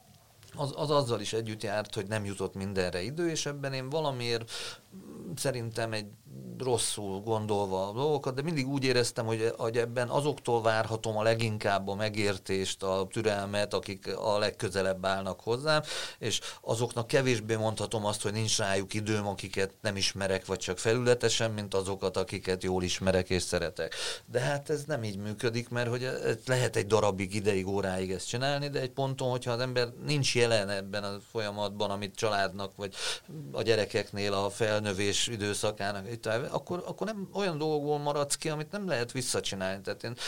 az azzal is együtt járt, hogy nem jutott mindenre idő, és ebben én valamiért szerintem egy rosszul gondolva a dolgokat, de mindig úgy éreztem, hogy ebben azoktól várhatom a leginkább a megértést, a türelmet, akik a legközelebb állnak hozzám, és azoknak kevésbé mondhatom azt, hogy nincs rájuk időm, akiket nem ismerek, vagy csak felületesen, mint azokat, akiket jól ismerek és szeretek. De hát ez nem így működik, mert hogy lehet egy darabig, ideig, óráig ezt csinálni, de egy ponton, hogyha az ember nincs jelen ebben a folyamatban, amit családnak, vagy a gyerekeknél a felnövés időszakának, akkor nem olyan dolgokból maradsz ki, amit nem lehet visszacsinálni. Tehát én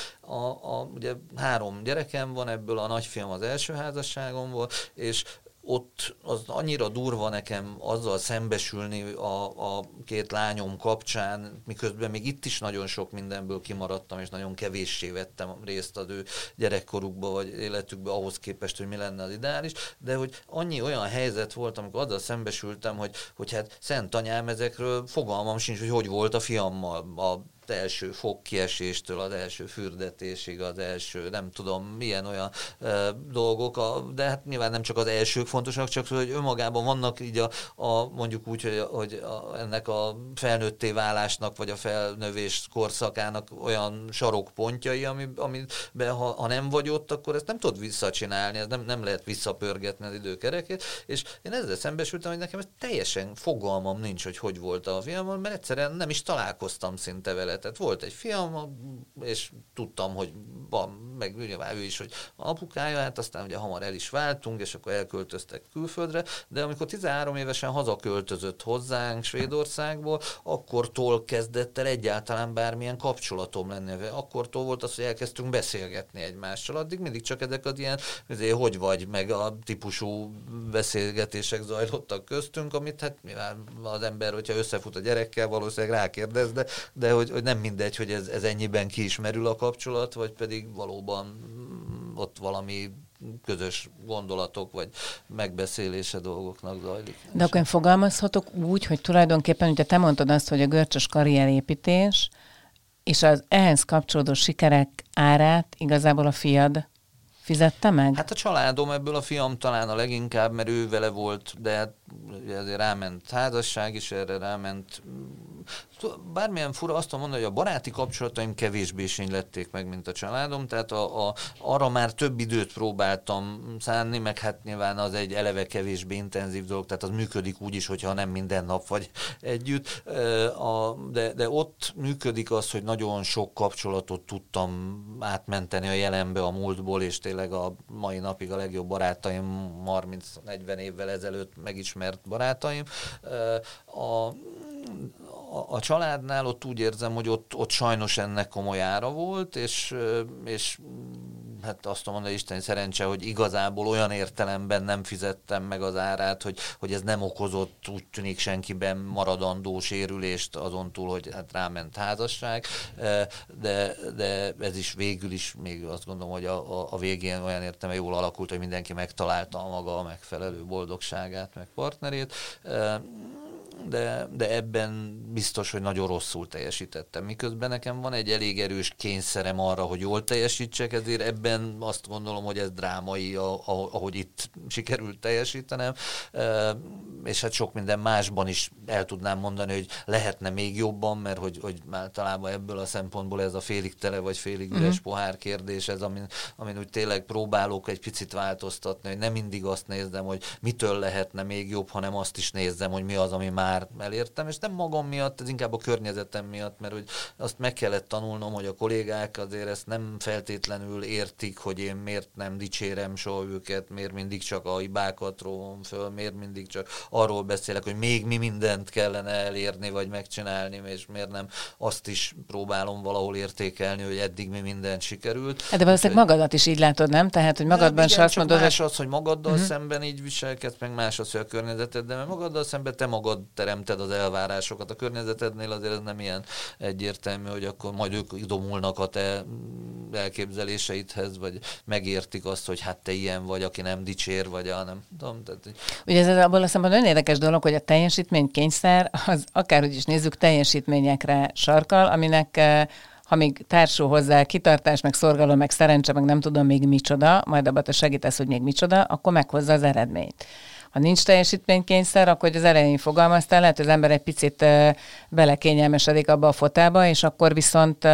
ugye 3 gyerekem van, ebből a nagyfiam az első házasságomból, és ott az annyira durva nekem azzal szembesülni a 2 lányom kapcsán, miközben még itt is nagyon sok mindenből kimaradtam, és nagyon kevéssé vettem részt az ő gyerekkorukba, vagy életükbe ahhoz képest, hogy mi lenne az ideális, de hogy annyi olyan helyzet volt, amikor azzal szembesültem, hogy hát szent anyám, ezekről fogalmam sincs, hogy volt a fiammal, az első fogkieséstől az első fürdetésig, az első, nem tudom, milyen olyan dolgok, de hát nyilván nem csak az elsők fontosak, csak hogy önmagában vannak így mondjuk úgy, hogy ennek a felnőtté válásnak, vagy a felnövés korszakának olyan sarokpontjai, amiben ha nem vagy ott, akkor ezt nem tudod visszacsinálni, ez nem lehet visszapörgetni az időkerekét, és én ezzel szembesültem, hogy nekem ez teljesen fogalmam nincs, hogy volt a fiammal, mert egyszerűen nem is találkoztam szinte vele. Tehát volt egy fiam, és tudtam, hogy van, meg nyilván ő is, hogy apukája, hát aztán ugye hamar el is váltunk, és akkor elköltöztek külföldre, de amikor 13 évesen hazaköltözött hozzánk Svédországból, akkortól kezdett el egyáltalán bármilyen kapcsolatom lenni. Akkortól volt az, hogy elkezdtünk beszélgetni egymással. Addig mindig csak ezek az ilyen, hogy vagy, meg a típusú beszélgetések zajlottak köztünk, amit hát nyilván az ember, hogyha összefut a gyerekkel, valószínűleg rákérdez, de hogy nem mindegy, hogy ez ennyiben kiismerül a kapcsolat, vagy pedig valóban ott valami közös gondolatok, vagy megbeszélése dolgoknak zajlik. De akkor én fogalmazhatok úgy, hogy tulajdonképpen, ugye te mondtad azt, hogy a görcsös karrierépítés és az ehhez kapcsolódó sikerek árát igazából a fiad fizette meg? Hát a családom, ebből a fiam talán a leginkább, mert ő vele volt, de hát azért ráment házasság is, erre ráment. Bármilyen fura, azt mondani, hogy a baráti kapcsolataim kevésbé sénylették meg, mint a családom, tehát arra már több időt próbáltam szánni, meg hát nyilván az egy eleve kevésbé intenzív dolog, tehát az működik úgy is, hogyha nem minden nap vagy együtt, de ott működik az, hogy nagyon sok kapcsolatot tudtam átmenteni a jelenbe, a múltból, és tényleg a mai napig a legjobb barátaim, 30-40 évvel ezelőtt megismert barátaim. A családnál ott úgy érzem, hogy ott sajnos ennek komoly ára volt, és hát azt mondom, hogy isteni szerencse, hogy igazából olyan értelemben nem fizettem meg az árát, hogy ez nem okozott, úgy tűnik, senkiben maradandó sérülést, azon túl, hogy hát ráment házasság, de ez is végül is még azt gondolom, hogy a végén olyan értelemben jól alakult, hogy mindenki megtalálta a maga megfelelő boldogságát, meg partnerét, de ebben biztos, hogy nagyon rosszul teljesítettem. Miközben nekem van egy elég erős kényszerem arra, hogy jól teljesítsek, ezért ebben azt gondolom, hogy ez drámai, ahogy itt sikerült teljesítenem, és hát sok minden másban is el tudnám mondani, hogy lehetne még jobban, mert hogy általában ebből a szempontból ez a félig tele vagy félig üres pohár kérdés, ez amin úgy tényleg próbálok egy picit változtatni, hogy nem mindig azt nézzem, hogy mitől lehetne még jobb, hanem azt is nézzem, hogy mi az, ami már elértem, és nem magam miatt, ez inkább a környezetem miatt, mert hogy azt meg kellett tanulnom, hogy a kollégák azért ezt nem feltétlenül értik, hogy én miért nem dicsérem soha őket, miért mindig csak a hibákat róvom föl, miért mindig csak arról beszélek, hogy még mi mindent kellene elérni, vagy megcsinálni, és miért nem azt is próbálom valahol értékelni, hogy eddig mi mindent sikerült. De valószínűleg magadat is így látod, nem? Tehát, hogy magadban igen, se azt mondod, más az, hogy magaddal szemben így viselkedsz, meg más az, hogy a környezeted, de mert magaddal szemben te magad teremted az elvárásokat. A környezetednél azért ez nem ilyen egyértelmű, hogy akkor majd ők idomulnak a te elképzeléseidhez, vagy megértik azt, hogy hát te ilyen vagy, aki nem dicsér, vagy nem tudom. Tehát, ugye ez abból a szemben nagyon érdekes dolog, hogy a teljesítménykényszer, az akárhogy is nézzük, teljesítményekre sarkal, aminek ha még társul hozzá kitartás, meg szorgalom, meg szerencse, meg nem tudom még micsoda, majd abban te segítesz, hogy még micsoda, akkor meghozza az eredményt. Ha nincs teljesítménykényszer, akkor hogy az elején fogalmaztál, lehet, hogy az ember egy picit belekényelmesedik abba a fotába, és akkor viszont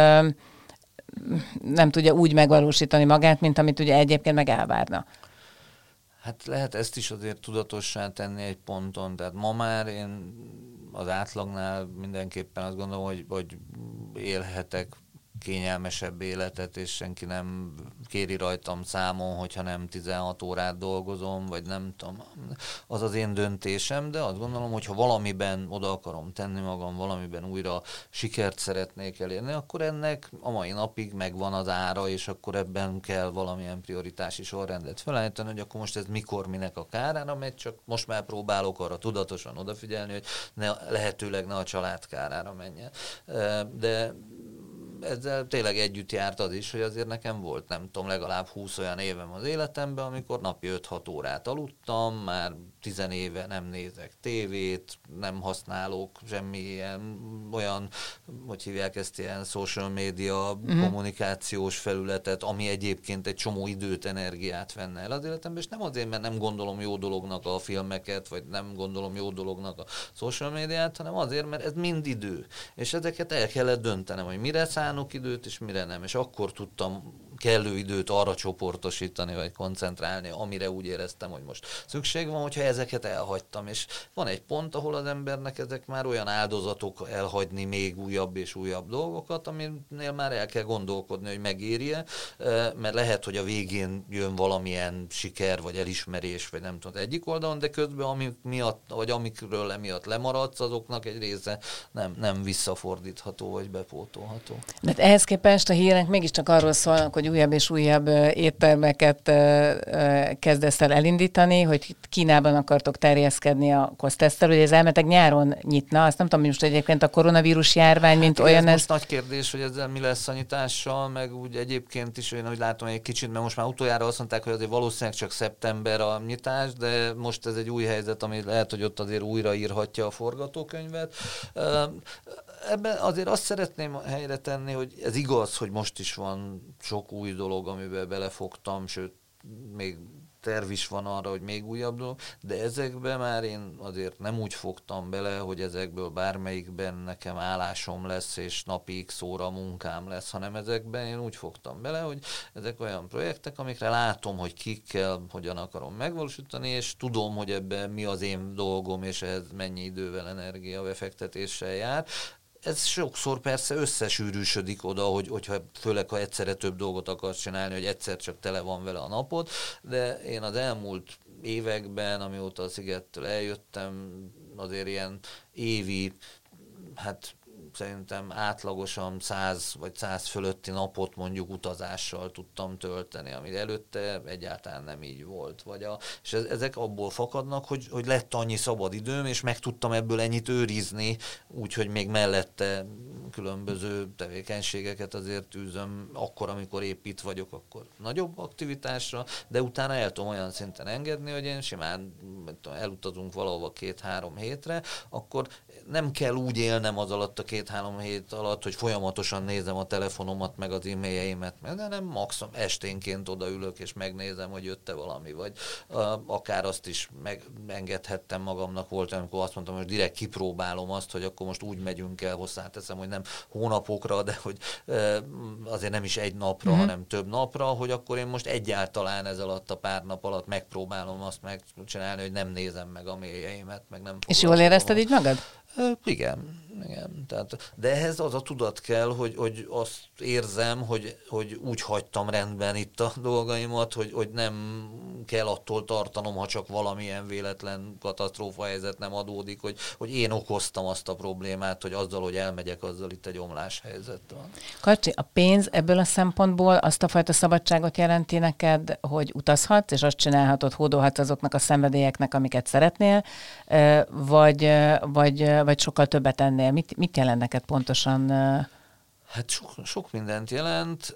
nem tudja úgy megvalósítani magát, mint amit ugye egyébként meg elvárna. Hát lehet ezt is azért tudatossá tenni egy ponton, tehát ma már én az átlagnál mindenképpen azt gondolom, hogy élhetek kényelmesebb életet, és senki nem kéri rajtam számon, hogyha nem 16 órát dolgozom, vagy nem tudom, az az én döntésem, de azt gondolom, hogy ha valamiben oda akarom tenni magam, valamiben újra sikert szeretnék elérni, akkor ennek a mai napig megvan az ára, és akkor ebben kell valamilyen prioritási sorrendet felállítani, hogy akkor most ez mikor, minek a kárára megy, csak most már próbálok arra tudatosan odafigyelni, hogy lehetőleg ne a család kárára menjen. De ezzel tényleg együtt járt az is, hogy azért nekem volt, nem tudom, legalább 20 olyan évem az életemben, amikor napi 5-6 órát aludtam, már 10 éve nem nézek tévét, nem használok semmilyen olyan, hogy hívják ezt, ilyen social media kommunikációs felületet, ami egyébként egy csomó időt, energiát venne el az életemben, és nem azért, mert nem gondolom jó dolognak a filmeket, vagy nem gondolom jó dolognak a social médiát, hanem azért, mert ez mind idő. És ezeket el kellett döntenem, hogy mire szánok időt, és mire nem. És akkor tudtam kellő időt arra csoportosítani, vagy koncentrálni, amire úgy éreztem, hogy most szükség van, hogyha ezeket elhagytam. És van egy pont, ahol az embernek ezek már olyan áldozatok elhagyni még újabb és újabb dolgokat, aminél már el kell gondolkodni, hogy megéri-e, mert lehet, hogy a végén jön valamilyen siker, vagy elismerés, vagy nem tudom, egyik oldalon, de közben amik miatt, vagy amikről emiatt lemaradsz, azoknak egy része nem visszafordítható, vagy bepótolható. De ehhez képest a hírek mégiscsak arról szólnak, hogy újabb és újabb éttermeket kezdesz el elindítani, hogy Kínában akartok terjeszkedni a Kosztesztel, hogy ez elmetek nyáron nyitna, azt nem tudom, hogy most egyébként a koronavírus járvány, mint hát olyan. Ez most nagy kérdés, hogy ezzel mi lesz a nyitással, meg úgy egyébként is olyan, hogy látom egy kicsit, mert most már utoljára azt mondták, hogy azért valószínűleg csak szeptember a nyitás, de most ez egy új helyzet, ami lehet, hogy ott azért újraírhatja a forgatókönyvet. Ebben azért azt szeretném helyre tenni, hogy ez igaz, hogy most is van sok új dolog, amiben belefogtam, sőt, még terv is van arra, hogy még újabb dolog, de ezekben már én azért nem úgy fogtam bele, hogy ezekből bármelyikben nekem állásom lesz, és napi x óra munkám lesz, hanem ezekben én úgy fogtam bele, hogy ezek olyan projektek, amikre látom, hogy kikkel, hogyan akarom megvalósítani, és tudom, hogy ebben mi az én dolgom, és ehhez mennyi idővel, energia, befektetéssel jár. Ez sokszor persze összesűrűsödik oda, hogyha főleg, ha egyszerre több dolgot akarsz csinálni, hogy egyszer csak tele van vele a napod, de én az elmúlt években, amióta a Szigettől eljöttem, azért ilyen évi, hát szerintem átlagosan 100 vagy 100 fölötti napot mondjuk utazással tudtam tölteni, ami előtte egyáltalán nem így volt. És ezek abból fakadnak, hogy lett annyi szabad időm, és meg tudtam ebből ennyit őrizni, úgyhogy még mellette különböző tevékenységeket azért űzöm, akkor, amikor épp itt vagyok, akkor nagyobb aktivitásra, de utána el tudom olyan szinten engedni, hogy én simán elutazunk valahova 2-3 hétre, akkor nem kell úgy élnem az alatt a 2-3 hét alatt, hogy folyamatosan nézem a telefonomat, meg az e-mailjeimet, de nem maximum esténként odaülök, és megnézem, hogy jött-e valami, vagy akár azt is megengedhettem magamnak, volt, amikor azt mondtam, hogy direkt kipróbálom azt, hogy akkor most úgy megyünk el, hozzáteszem, hogy nem hónapokra, de hogy azért nem is egy napra, hanem több napra, hogy akkor én most egyáltalán ez alatt a pár nap alatt megpróbálom azt megcsinálni, hogy nem nézem meg a mailjeimet, meg nem. És jól érezted így magad? Igen. Tehát, de ehhez az a tudat kell, hogy azt érzem, hogy úgy hagytam rendben itt a dolgaimat, hogy nem kell attól tartanom, ha csak valamilyen véletlen katasztrófa helyzet nem adódik, hogy én okoztam azt a problémát, hogy azzal, hogy elmegyek, azzal itt egy omlás helyzet van. Karcsi, a pénz ebből a szempontból azt a fajta szabadságot jelenti neked, hogy utazhatsz, és azt csinálhatod, hódolhatsz azoknak a szenvedélyeknek, amiket szeretnél, vagy sokkal többet ennél? Mit jelent neked pontosan? Hát sok mindent jelent,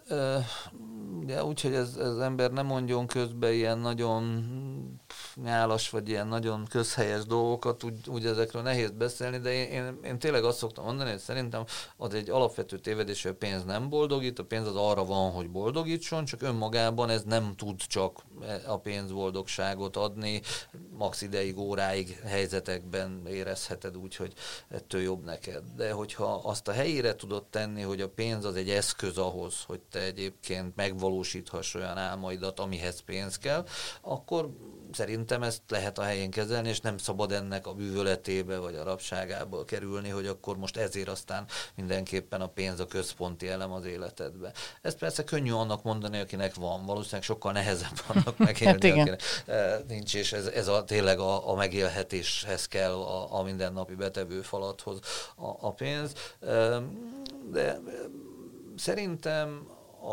de úgyhogy ez ember nem mondjon közben ilyen nagyon nyálas, vagy ilyen nagyon közhelyes dolgokat, úgy ezekről nehéz beszélni, de én tényleg azt szoktam mondani, hogy szerintem az egy alapvető tévedés, hogy a pénz nem boldogít, a pénz az arra van, hogy boldogítson, csak önmagában ez nem tud csak a pénz boldogságot adni, max ideig, óráig helyzetekben érezheted úgy, hogy ettől jobb neked. De hogyha azt a helyére tudod tenni, hogy a pénz az egy eszköz ahhoz, hogy te egyébként megvalósíthass olyan álmaidat, amihez pénz kell, akkor szerintem ezt lehet a helyén kezelni, és nem szabad ennek a bűvöletébe vagy a rabságából kerülni, hogy akkor most ezért aztán mindenképpen a pénz a központi elem az életedbe. Ezt persze könnyű annak mondani, akinek van, valószínűleg sokkal nehezebb annak megélni, akinek nincs, és ez tényleg a megélhetéshez kell, a mindennapi betevőfalathoz a pénz. De szerintem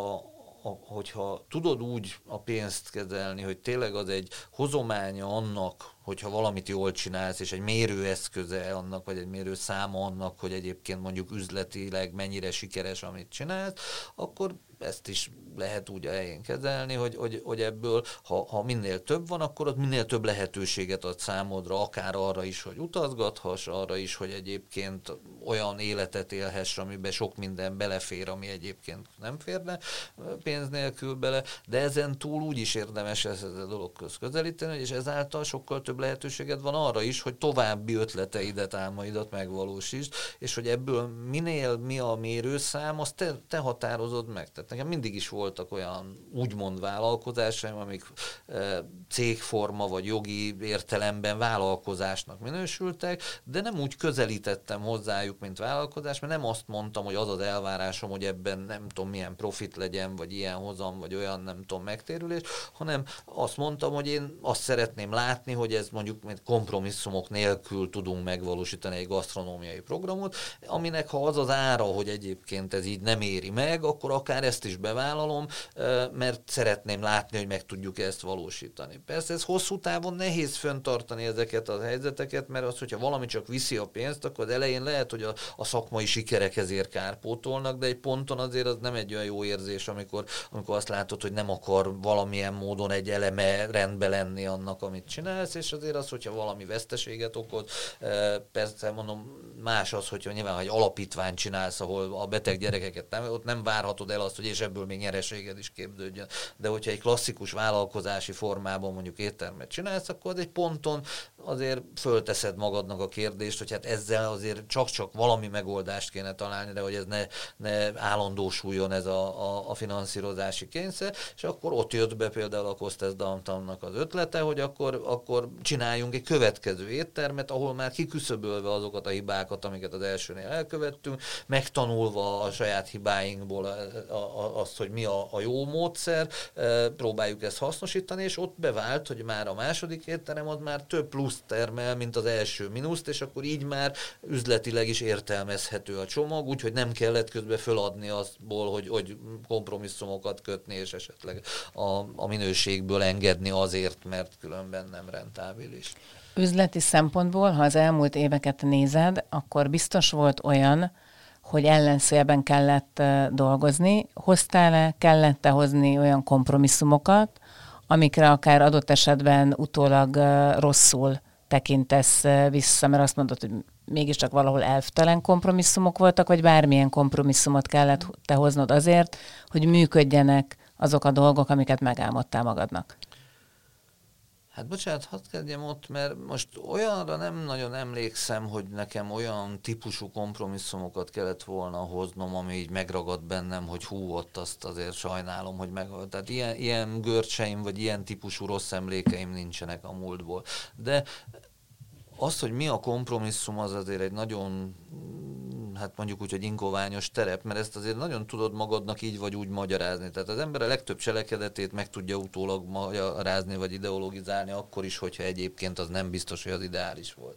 hogyha tudod úgy a pénzt kezelni, hogy tényleg az egy hozománya annak, hogyha valamit jól csinálsz, és egy mérőeszköze annak, vagy egy mérőszáma annak, hogy egyébként mondjuk üzletileg mennyire sikeres, amit csinálsz, akkor ezt is lehet úgy a helyén kezelni, hogy ebből, ha minél több van, akkor ott minél több lehetőséget ad számodra, akár arra is, hogy utazgathass, arra is, hogy egyébként olyan életet élhess, amiben sok minden belefér, ami egyébként nem férne pénz nélkül bele, de ezen túl úgy is érdemes ezt a dologhoz közelíteni, és ezáltal sokkal több lehetőséged van arra is, hogy további ötleteidet, álmaidat megvalósítsd, és hogy ebből mi a mérőszám, azt te határozod meg. Tehát nekem mindig is voltak olyan úgymond vállalkozásaim, amik cégforma vagy jogi értelemben vállalkozásnak minősültek, de nem úgy közelítettem hozzájuk, mint vállalkozás, mert nem azt mondtam, hogy az az elvárásom, hogy ebben nem tudom milyen profit legyen, vagy ilyen hozam, vagy olyan nem tudom megtérülés, hanem azt mondtam, hogy én azt szeretném látni, hogy ez mondjuk kompromisszumok nélkül tudunk megvalósítani egy gasztronómiai programot, aminek ha az az ára, hogy egyébként ez így nem éri meg, akkor akár ezt ezt is bevállalom, mert szeretném látni, hogy meg tudjuk ezt valósítani. Persze ez hosszú távon nehéz fenntartani ezeket a helyzeteket, mert az, hogyha valami csak viszi a pénzt, akkor az elején lehet, hogy a szakmai sikerek ezért kárpótolnak, de egy ponton azért az nem egy olyan jó érzés, amikor azt látod, hogy nem akar valamilyen módon egy eleme rendbe lenni annak, amit csinálsz, és azért az, hogyha valami veszteséget okoz, persze mondom, más az, hogyha nyilván egy alapítványt csinálsz, ahol a beteg gyerekeket ott nem várhatod el azt, hogy és ebből még nyereséged is képződjön. De hogyha egy klasszikus vállalkozási formában mondjuk éttermet csinálsz, akkor az egy ponton azért fölteszed magadnak a kérdést, hogy hát ezzel azért csak valami megoldást kéne találni, de hogy ez ne állandósuljon ez a finanszírozási kényszer, és akkor ott jött be például a Kostes Downtownnak az ötlete, hogy akkor csináljunk egy következő éttermet, ahol már kiküszöbölve azokat a hibákat, amiket az elsőnél elkövettünk, megtanulva a saját hibáinkból azt, hogy mi a jó módszer, próbáljuk ezt hasznosítani, és ott bevált, hogy már a második étterem az már több plusz termel, mint az első mínuszt, és akkor így már üzletileg is értelmezhető a csomag, úgyhogy nem kellett közben föladni azból, hogy kompromisszumokat kötni, és esetleg a minőségből engedni azért, mert különben nem rentábilis. Üzleti szempontból, ha az elmúlt éveket nézed, akkor biztos volt olyan, hogy ellenszélben kellett dolgozni. Hoztál-e, kellett-e hozni olyan kompromisszumokat, amikre akár adott esetben utólag rosszul tekintesz vissza, mert azt mondod, hogy mégiscsak valahol elvtelen kompromisszumok voltak, vagy bármilyen kompromisszumot kellett te hoznod azért, hogy működjenek azok a dolgok, amiket megálmodtál magadnak? Hát bocsánat, hadd kezdjem ott, mert most olyanra nem nagyon emlékszem, hogy nekem olyan típusú kompromisszumokat kellett volna hoznom, ami így megragad bennem, hogy hú, ott azt azért sajnálom, hogy tehát ilyen görcseim, vagy ilyen típusú rossz emlékeim nincsenek a múltból. De az, hogy mi a kompromisszum, az azért egy nagyon, hát mondjuk úgy, hogy ingoványos terep, mert ezt azért nagyon tudod magadnak így vagy úgy magyarázni. Tehát az ember a legtöbb cselekedetét meg tudja utólag magyarázni, vagy ideologizálni, akkor is, hogyha egyébként az nem biztos, hogy az ideális volt.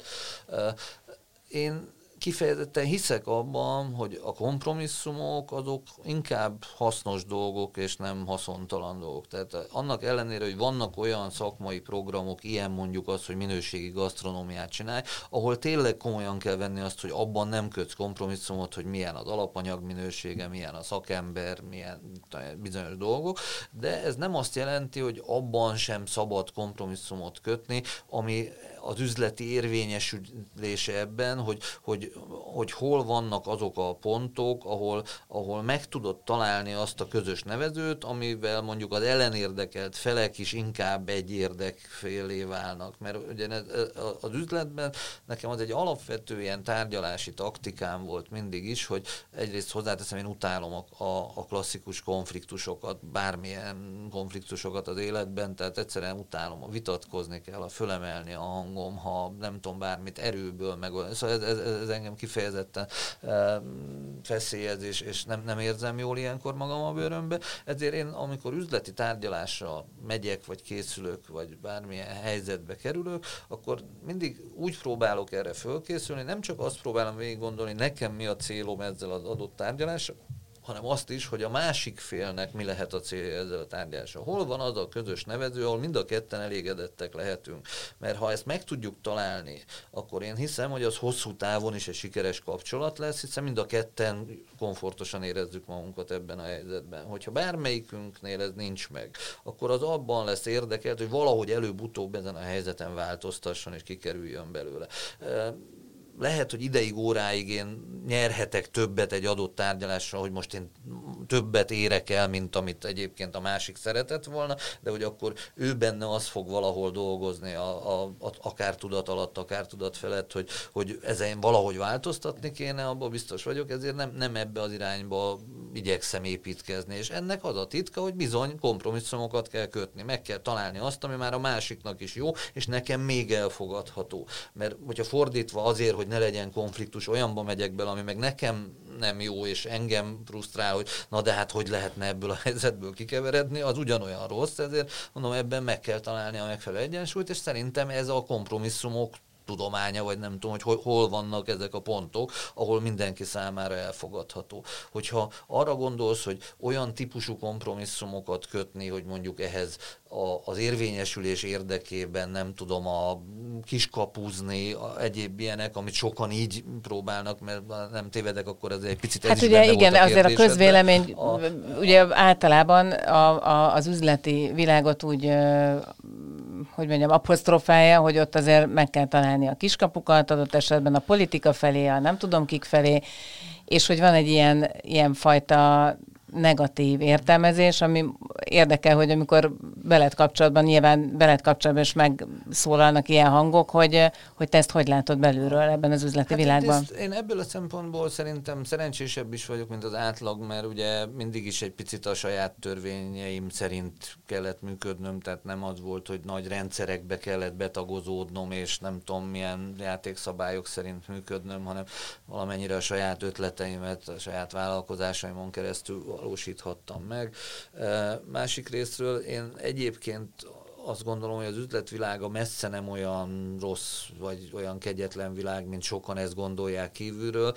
Én kifejezetten hiszek abban, hogy a kompromisszumok azok inkább hasznos dolgok, és nem haszontalan dolgok. Tehát annak ellenére, hogy vannak olyan szakmai programok, ilyen mondjuk az, hogy minőségi gasztronómiát csinálj, ahol tényleg komolyan kell venni azt, hogy abban nem kötsz kompromisszumot, hogy milyen az alapanyag minősége, milyen a szakember, milyen bizonyos dolgok, de ez nem azt jelenti, hogy abban sem szabad kompromisszumot kötni, ami az üzleti érvényesülése ebben, hogy hol vannak azok a pontok, ahol meg tudod találni azt a közös nevezőt, amivel mondjuk az ellenérdekelt felek is inkább egy érdekfélé válnak. Mert ugye az üzletben nekem az egy alapvető ilyen tárgyalási taktikám volt mindig is, hogy egyrészt hozzáteszem, én utálom a klasszikus konfliktusokat, bármilyen konfliktusokat az életben, tehát egyszerűen utálom, vitatkozni kell, fölemelni a hangom, ha nem tudom bármit erőből megoldani. Szóval ez engem kifejezetten feszélyez, és nem érzem jól ilyenkor magam a bőrömbe. Ezért én, amikor üzleti tárgyalásra megyek, vagy készülök, vagy bármilyen helyzetbe kerülök, akkor mindig úgy próbálok erre fölkészülni, nem csak azt próbálom végig gondolni, nekem mi a célom ezzel az adott tárgyalással, hanem azt is, hogy a másik félnek mi lehet a célja ezzel a tárgyalással. Hol van az a közös nevező, ahol mind a ketten elégedettek lehetünk. Mert ha ezt meg tudjuk találni, akkor én hiszem, hogy az hosszú távon is egy sikeres kapcsolat lesz, hiszen mind a ketten komfortosan érezzük magunkat ebben a helyzetben. Hogyha bármelyikünknél ez nincs meg, akkor az abban lesz érdekelt, hogy valahogy előbb-utóbb ezen a helyzeten változtasson és kikerüljön belőle. Lehet, hogy ideig, óráig én nyerhetek többet egy adott tárgyalásra, hogy most én többet érek el, mint amit egyébként a másik szeretett volna, de hogy akkor ő benne az fog valahol dolgozni, akár tudat alatt, akár tudat felett, hogy ezen valahogy változtatni kéne, abban biztos vagyok, ezért nem ebbe az irányba igyekszem építkezni. És ennek az a titka, hogy bizony kompromisszumokat kell kötni, meg kell találni azt, ami már a másiknak is jó, és nekem még elfogadható. Mert hogyha fordítva azért, hogy ne legyen konfliktus, olyanba megyek bele, ami meg nekem nem jó, és engem frusztrál, hogy na de hát hogy lehetne ebből a helyzetből kikeveredni, az ugyanolyan rossz, ezért mondom, ebben meg kell találni a megfelelő egyensúlyt, és szerintem ez a kompromisszumok tudománya, vagy nem tudom, hogy hol vannak ezek a pontok, ahol mindenki számára elfogadható. Hogyha arra gondolsz, hogy olyan típusú kompromisszumokat kötni, hogy mondjuk ehhez az érvényesülés érdekében nem tudom, a kiskapuzni, egyéb ilyenek, amit sokan így próbálnak, mert nem tévedek, akkor ez egy picit ez is ugye benne igen, volt a azért a közvélemény, ugye általában az üzleti világot úgy, hogy mondjam, apostrofálja, hogy ott azért meg kell találni a kiskapukat, adott esetben a politika felé, a nem tudom kik felé, és hogy van egy ilyen fajta negatív értelmezés, ami érdekel, hogy amikor veled kapcsolatban is megszólalnak ilyen hangok, hogy te ezt hogy látod belülről ebben az üzleti világban? Én ebből a szempontból szerintem szerencsésebb is vagyok, mint az átlag, mert ugye mindig is egy picit a saját törvényeim szerint kellett működnöm, tehát nem az volt, hogy nagy rendszerekbe kellett betagozódnom, és nem tudom milyen játékszabályok szerint működnöm, hanem valamennyire a saját ötleteimet, a saját vállalkozásaimon keresztül valósíthattam meg. Másik részről én egyébként azt gondolom, hogy az üzletvilága messze nem olyan rossz, vagy olyan kegyetlen világ, mint sokan ezt gondolják kívülről,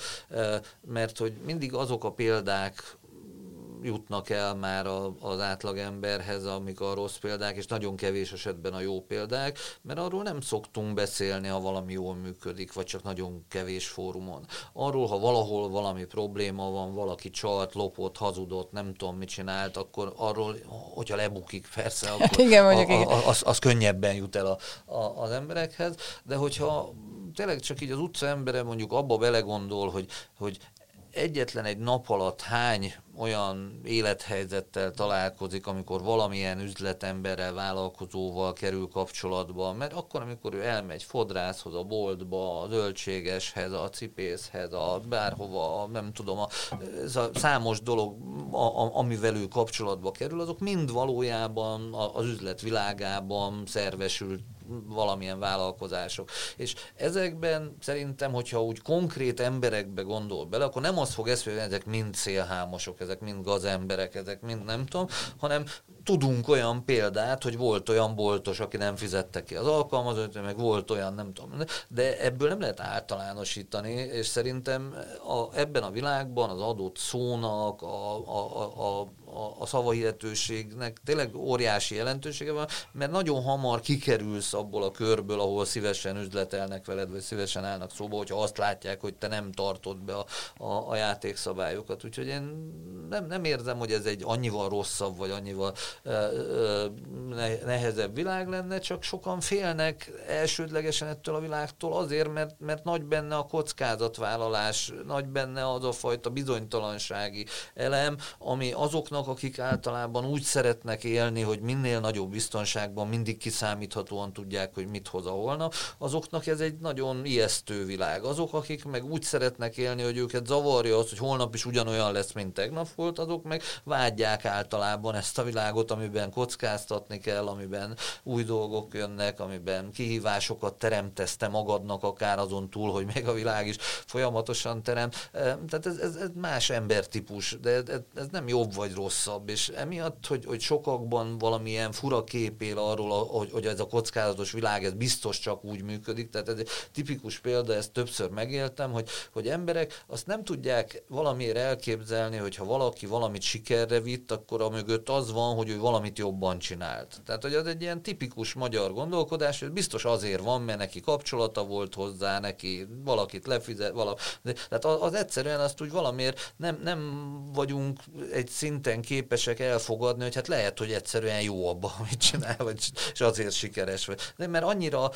mert hogy mindig azok a példák jutnak el már az átlagemberhez, amik a rossz példák, és nagyon kevés esetben a jó példák, mert arról nem szoktunk beszélni, ha valami jól működik, vagy csak nagyon kevés fórumon. Arról, ha valahol valami probléma van, valaki csalt, lopott, hazudott, nem tudom, mit csinált, akkor arról, hogyha lebukik, persze, akkor igen, az könnyebben jut el az emberekhez, de hogyha tényleg csak így az utca embere mondjuk abba belegondol, hogy egyetlen egy nap alatt hány olyan élethelyzettel találkozik, amikor valamilyen üzletemberrel, vállalkozóval kerül kapcsolatba, mert akkor, amikor ő elmegy fodrászhoz, a boltba, a zöldségeshez, a cipészhez, a bárhova, nem tudom, ez a számos dolog, amivel ő kapcsolatba kerül, azok mind valójában az üzletvilágában szervesült valamilyen vállalkozások. És ezekben szerintem, hogyha úgy konkrét emberekbe gondol bele, akkor nem az fog eszülni, hogy ezek mind szélhámosok, ezek mind gazemberek, ezek mind nem tudom, hanem tudunk olyan példát, hogy volt olyan boltos, aki nem fizette ki az alkalmazott, meg volt olyan, nem tudom, de ebből nem lehet általánosítani, és szerintem ebben a világban az adott szónak, a szavahihetőségnek tényleg óriási jelentősége van, mert nagyon hamar kikerülsz abból a körből, ahol szívesen üzletelnek veled, vagy szívesen állnak szóba, hogyha azt látják, hogy te nem tartod be a játékszabályokat. Úgyhogy én nem érzem, hogy ez egy annyival rosszabb, vagy annyival nehezebb világ lenne, csak sokan félnek elsődlegesen ettől a világtól azért, mert nagy benne a kockázatvállalás, nagy benne az a fajta bizonytalansági elem, ami azoknak, akik általában úgy szeretnek élni, hogy minél nagyobb biztonságban mindig kiszámíthatóan tudják, hogy mit hoz a holnap, azoknak ez egy nagyon ijesztő világ. Azok, akik meg úgy szeretnek élni, hogy őket zavarja az, hogy holnap is ugyanolyan lesz, mint tegnap volt, azok meg vágyják általában ezt a világot, amiben kockáztatni kell, amiben új dolgok jönnek, amiben kihívásokat teremtesz te magadnak, akár azon túl, hogy meg a világ is folyamatosan teremt. Tehát ez más embertípus, de ez nem jobb vagy rosszabb, és emiatt, hogy sokakban valamilyen fura kép él arról, hogy ez a kockázatos világ, ez biztos csak úgy működik, tehát ez egy tipikus példa, ezt többször megéltem, hogy emberek azt nem tudják valamiért elképzelni, hogyha valaki valamit sikerre vitt, akkor amögött az van, hogy ő valamit jobban csinált. Tehát, hogy az egy ilyen tipikus magyar gondolkodás, hogy biztos azért van, mert neki kapcsolata volt hozzá, neki valakit lefizet, tehát az egyszerűen azt úgy valamiért nem vagyunk egy szinten képesek elfogadni, hogy hát lehet, hogy egyszerűen jó abban, amit csinál, és azért sikeres vagy. De mert annyira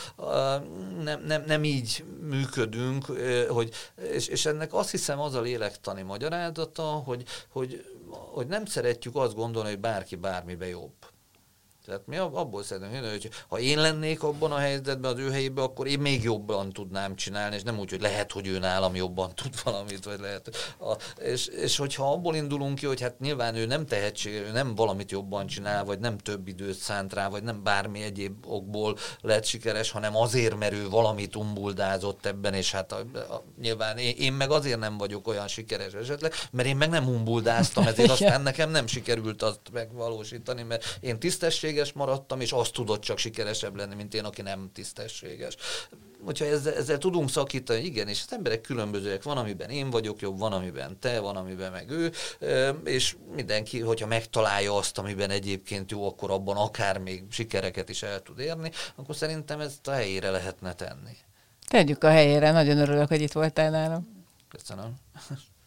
nem így működünk, és ennek azt hiszem az a lélektani magyarázata, hogy nem szeretjük azt gondolni, hogy bárki bármibe jobb. Tehát mi abból szeretném, hogy ha én lennék abban a helyzetben, az ő helyében, akkor én még jobban tudnám csinálni, és nem úgy, hogy lehet, hogy ő nálam jobban tud valamit, vagy lehet. És hogyha abból indulunk ki, hogy hát nyilván ő nem tehetséges, ő nem valamit jobban csinál, vagy nem több időt szánt rá, vagy nem bármi egyéb okból lett sikeres, hanem azért, mert ő valamit umbuldázott ebben, és hát nyilván én meg azért nem vagyok olyan sikeres esetleg, mert én meg nem umbuldáztam, ezért aztán nekem nem sikerült azt megvalósítani, mert én tisztességes tisztességes maradtam, és azt tudott csak sikeresebb lenni, mint én, aki nem tisztességes. Hogyha ezzel tudunk szakítani, igen, és az emberek különbözőek, van, amiben én vagyok jobb, van, amiben te, van, amiben meg ő, és mindenki, hogyha megtalálja azt, amiben egyébként jó, akkor abban akár még sikereket is el tud érni, akkor szerintem ezt a helyére lehetne tenni. Tegyük a helyére, nagyon örülök, hogy itt voltál nálam. Köszönöm.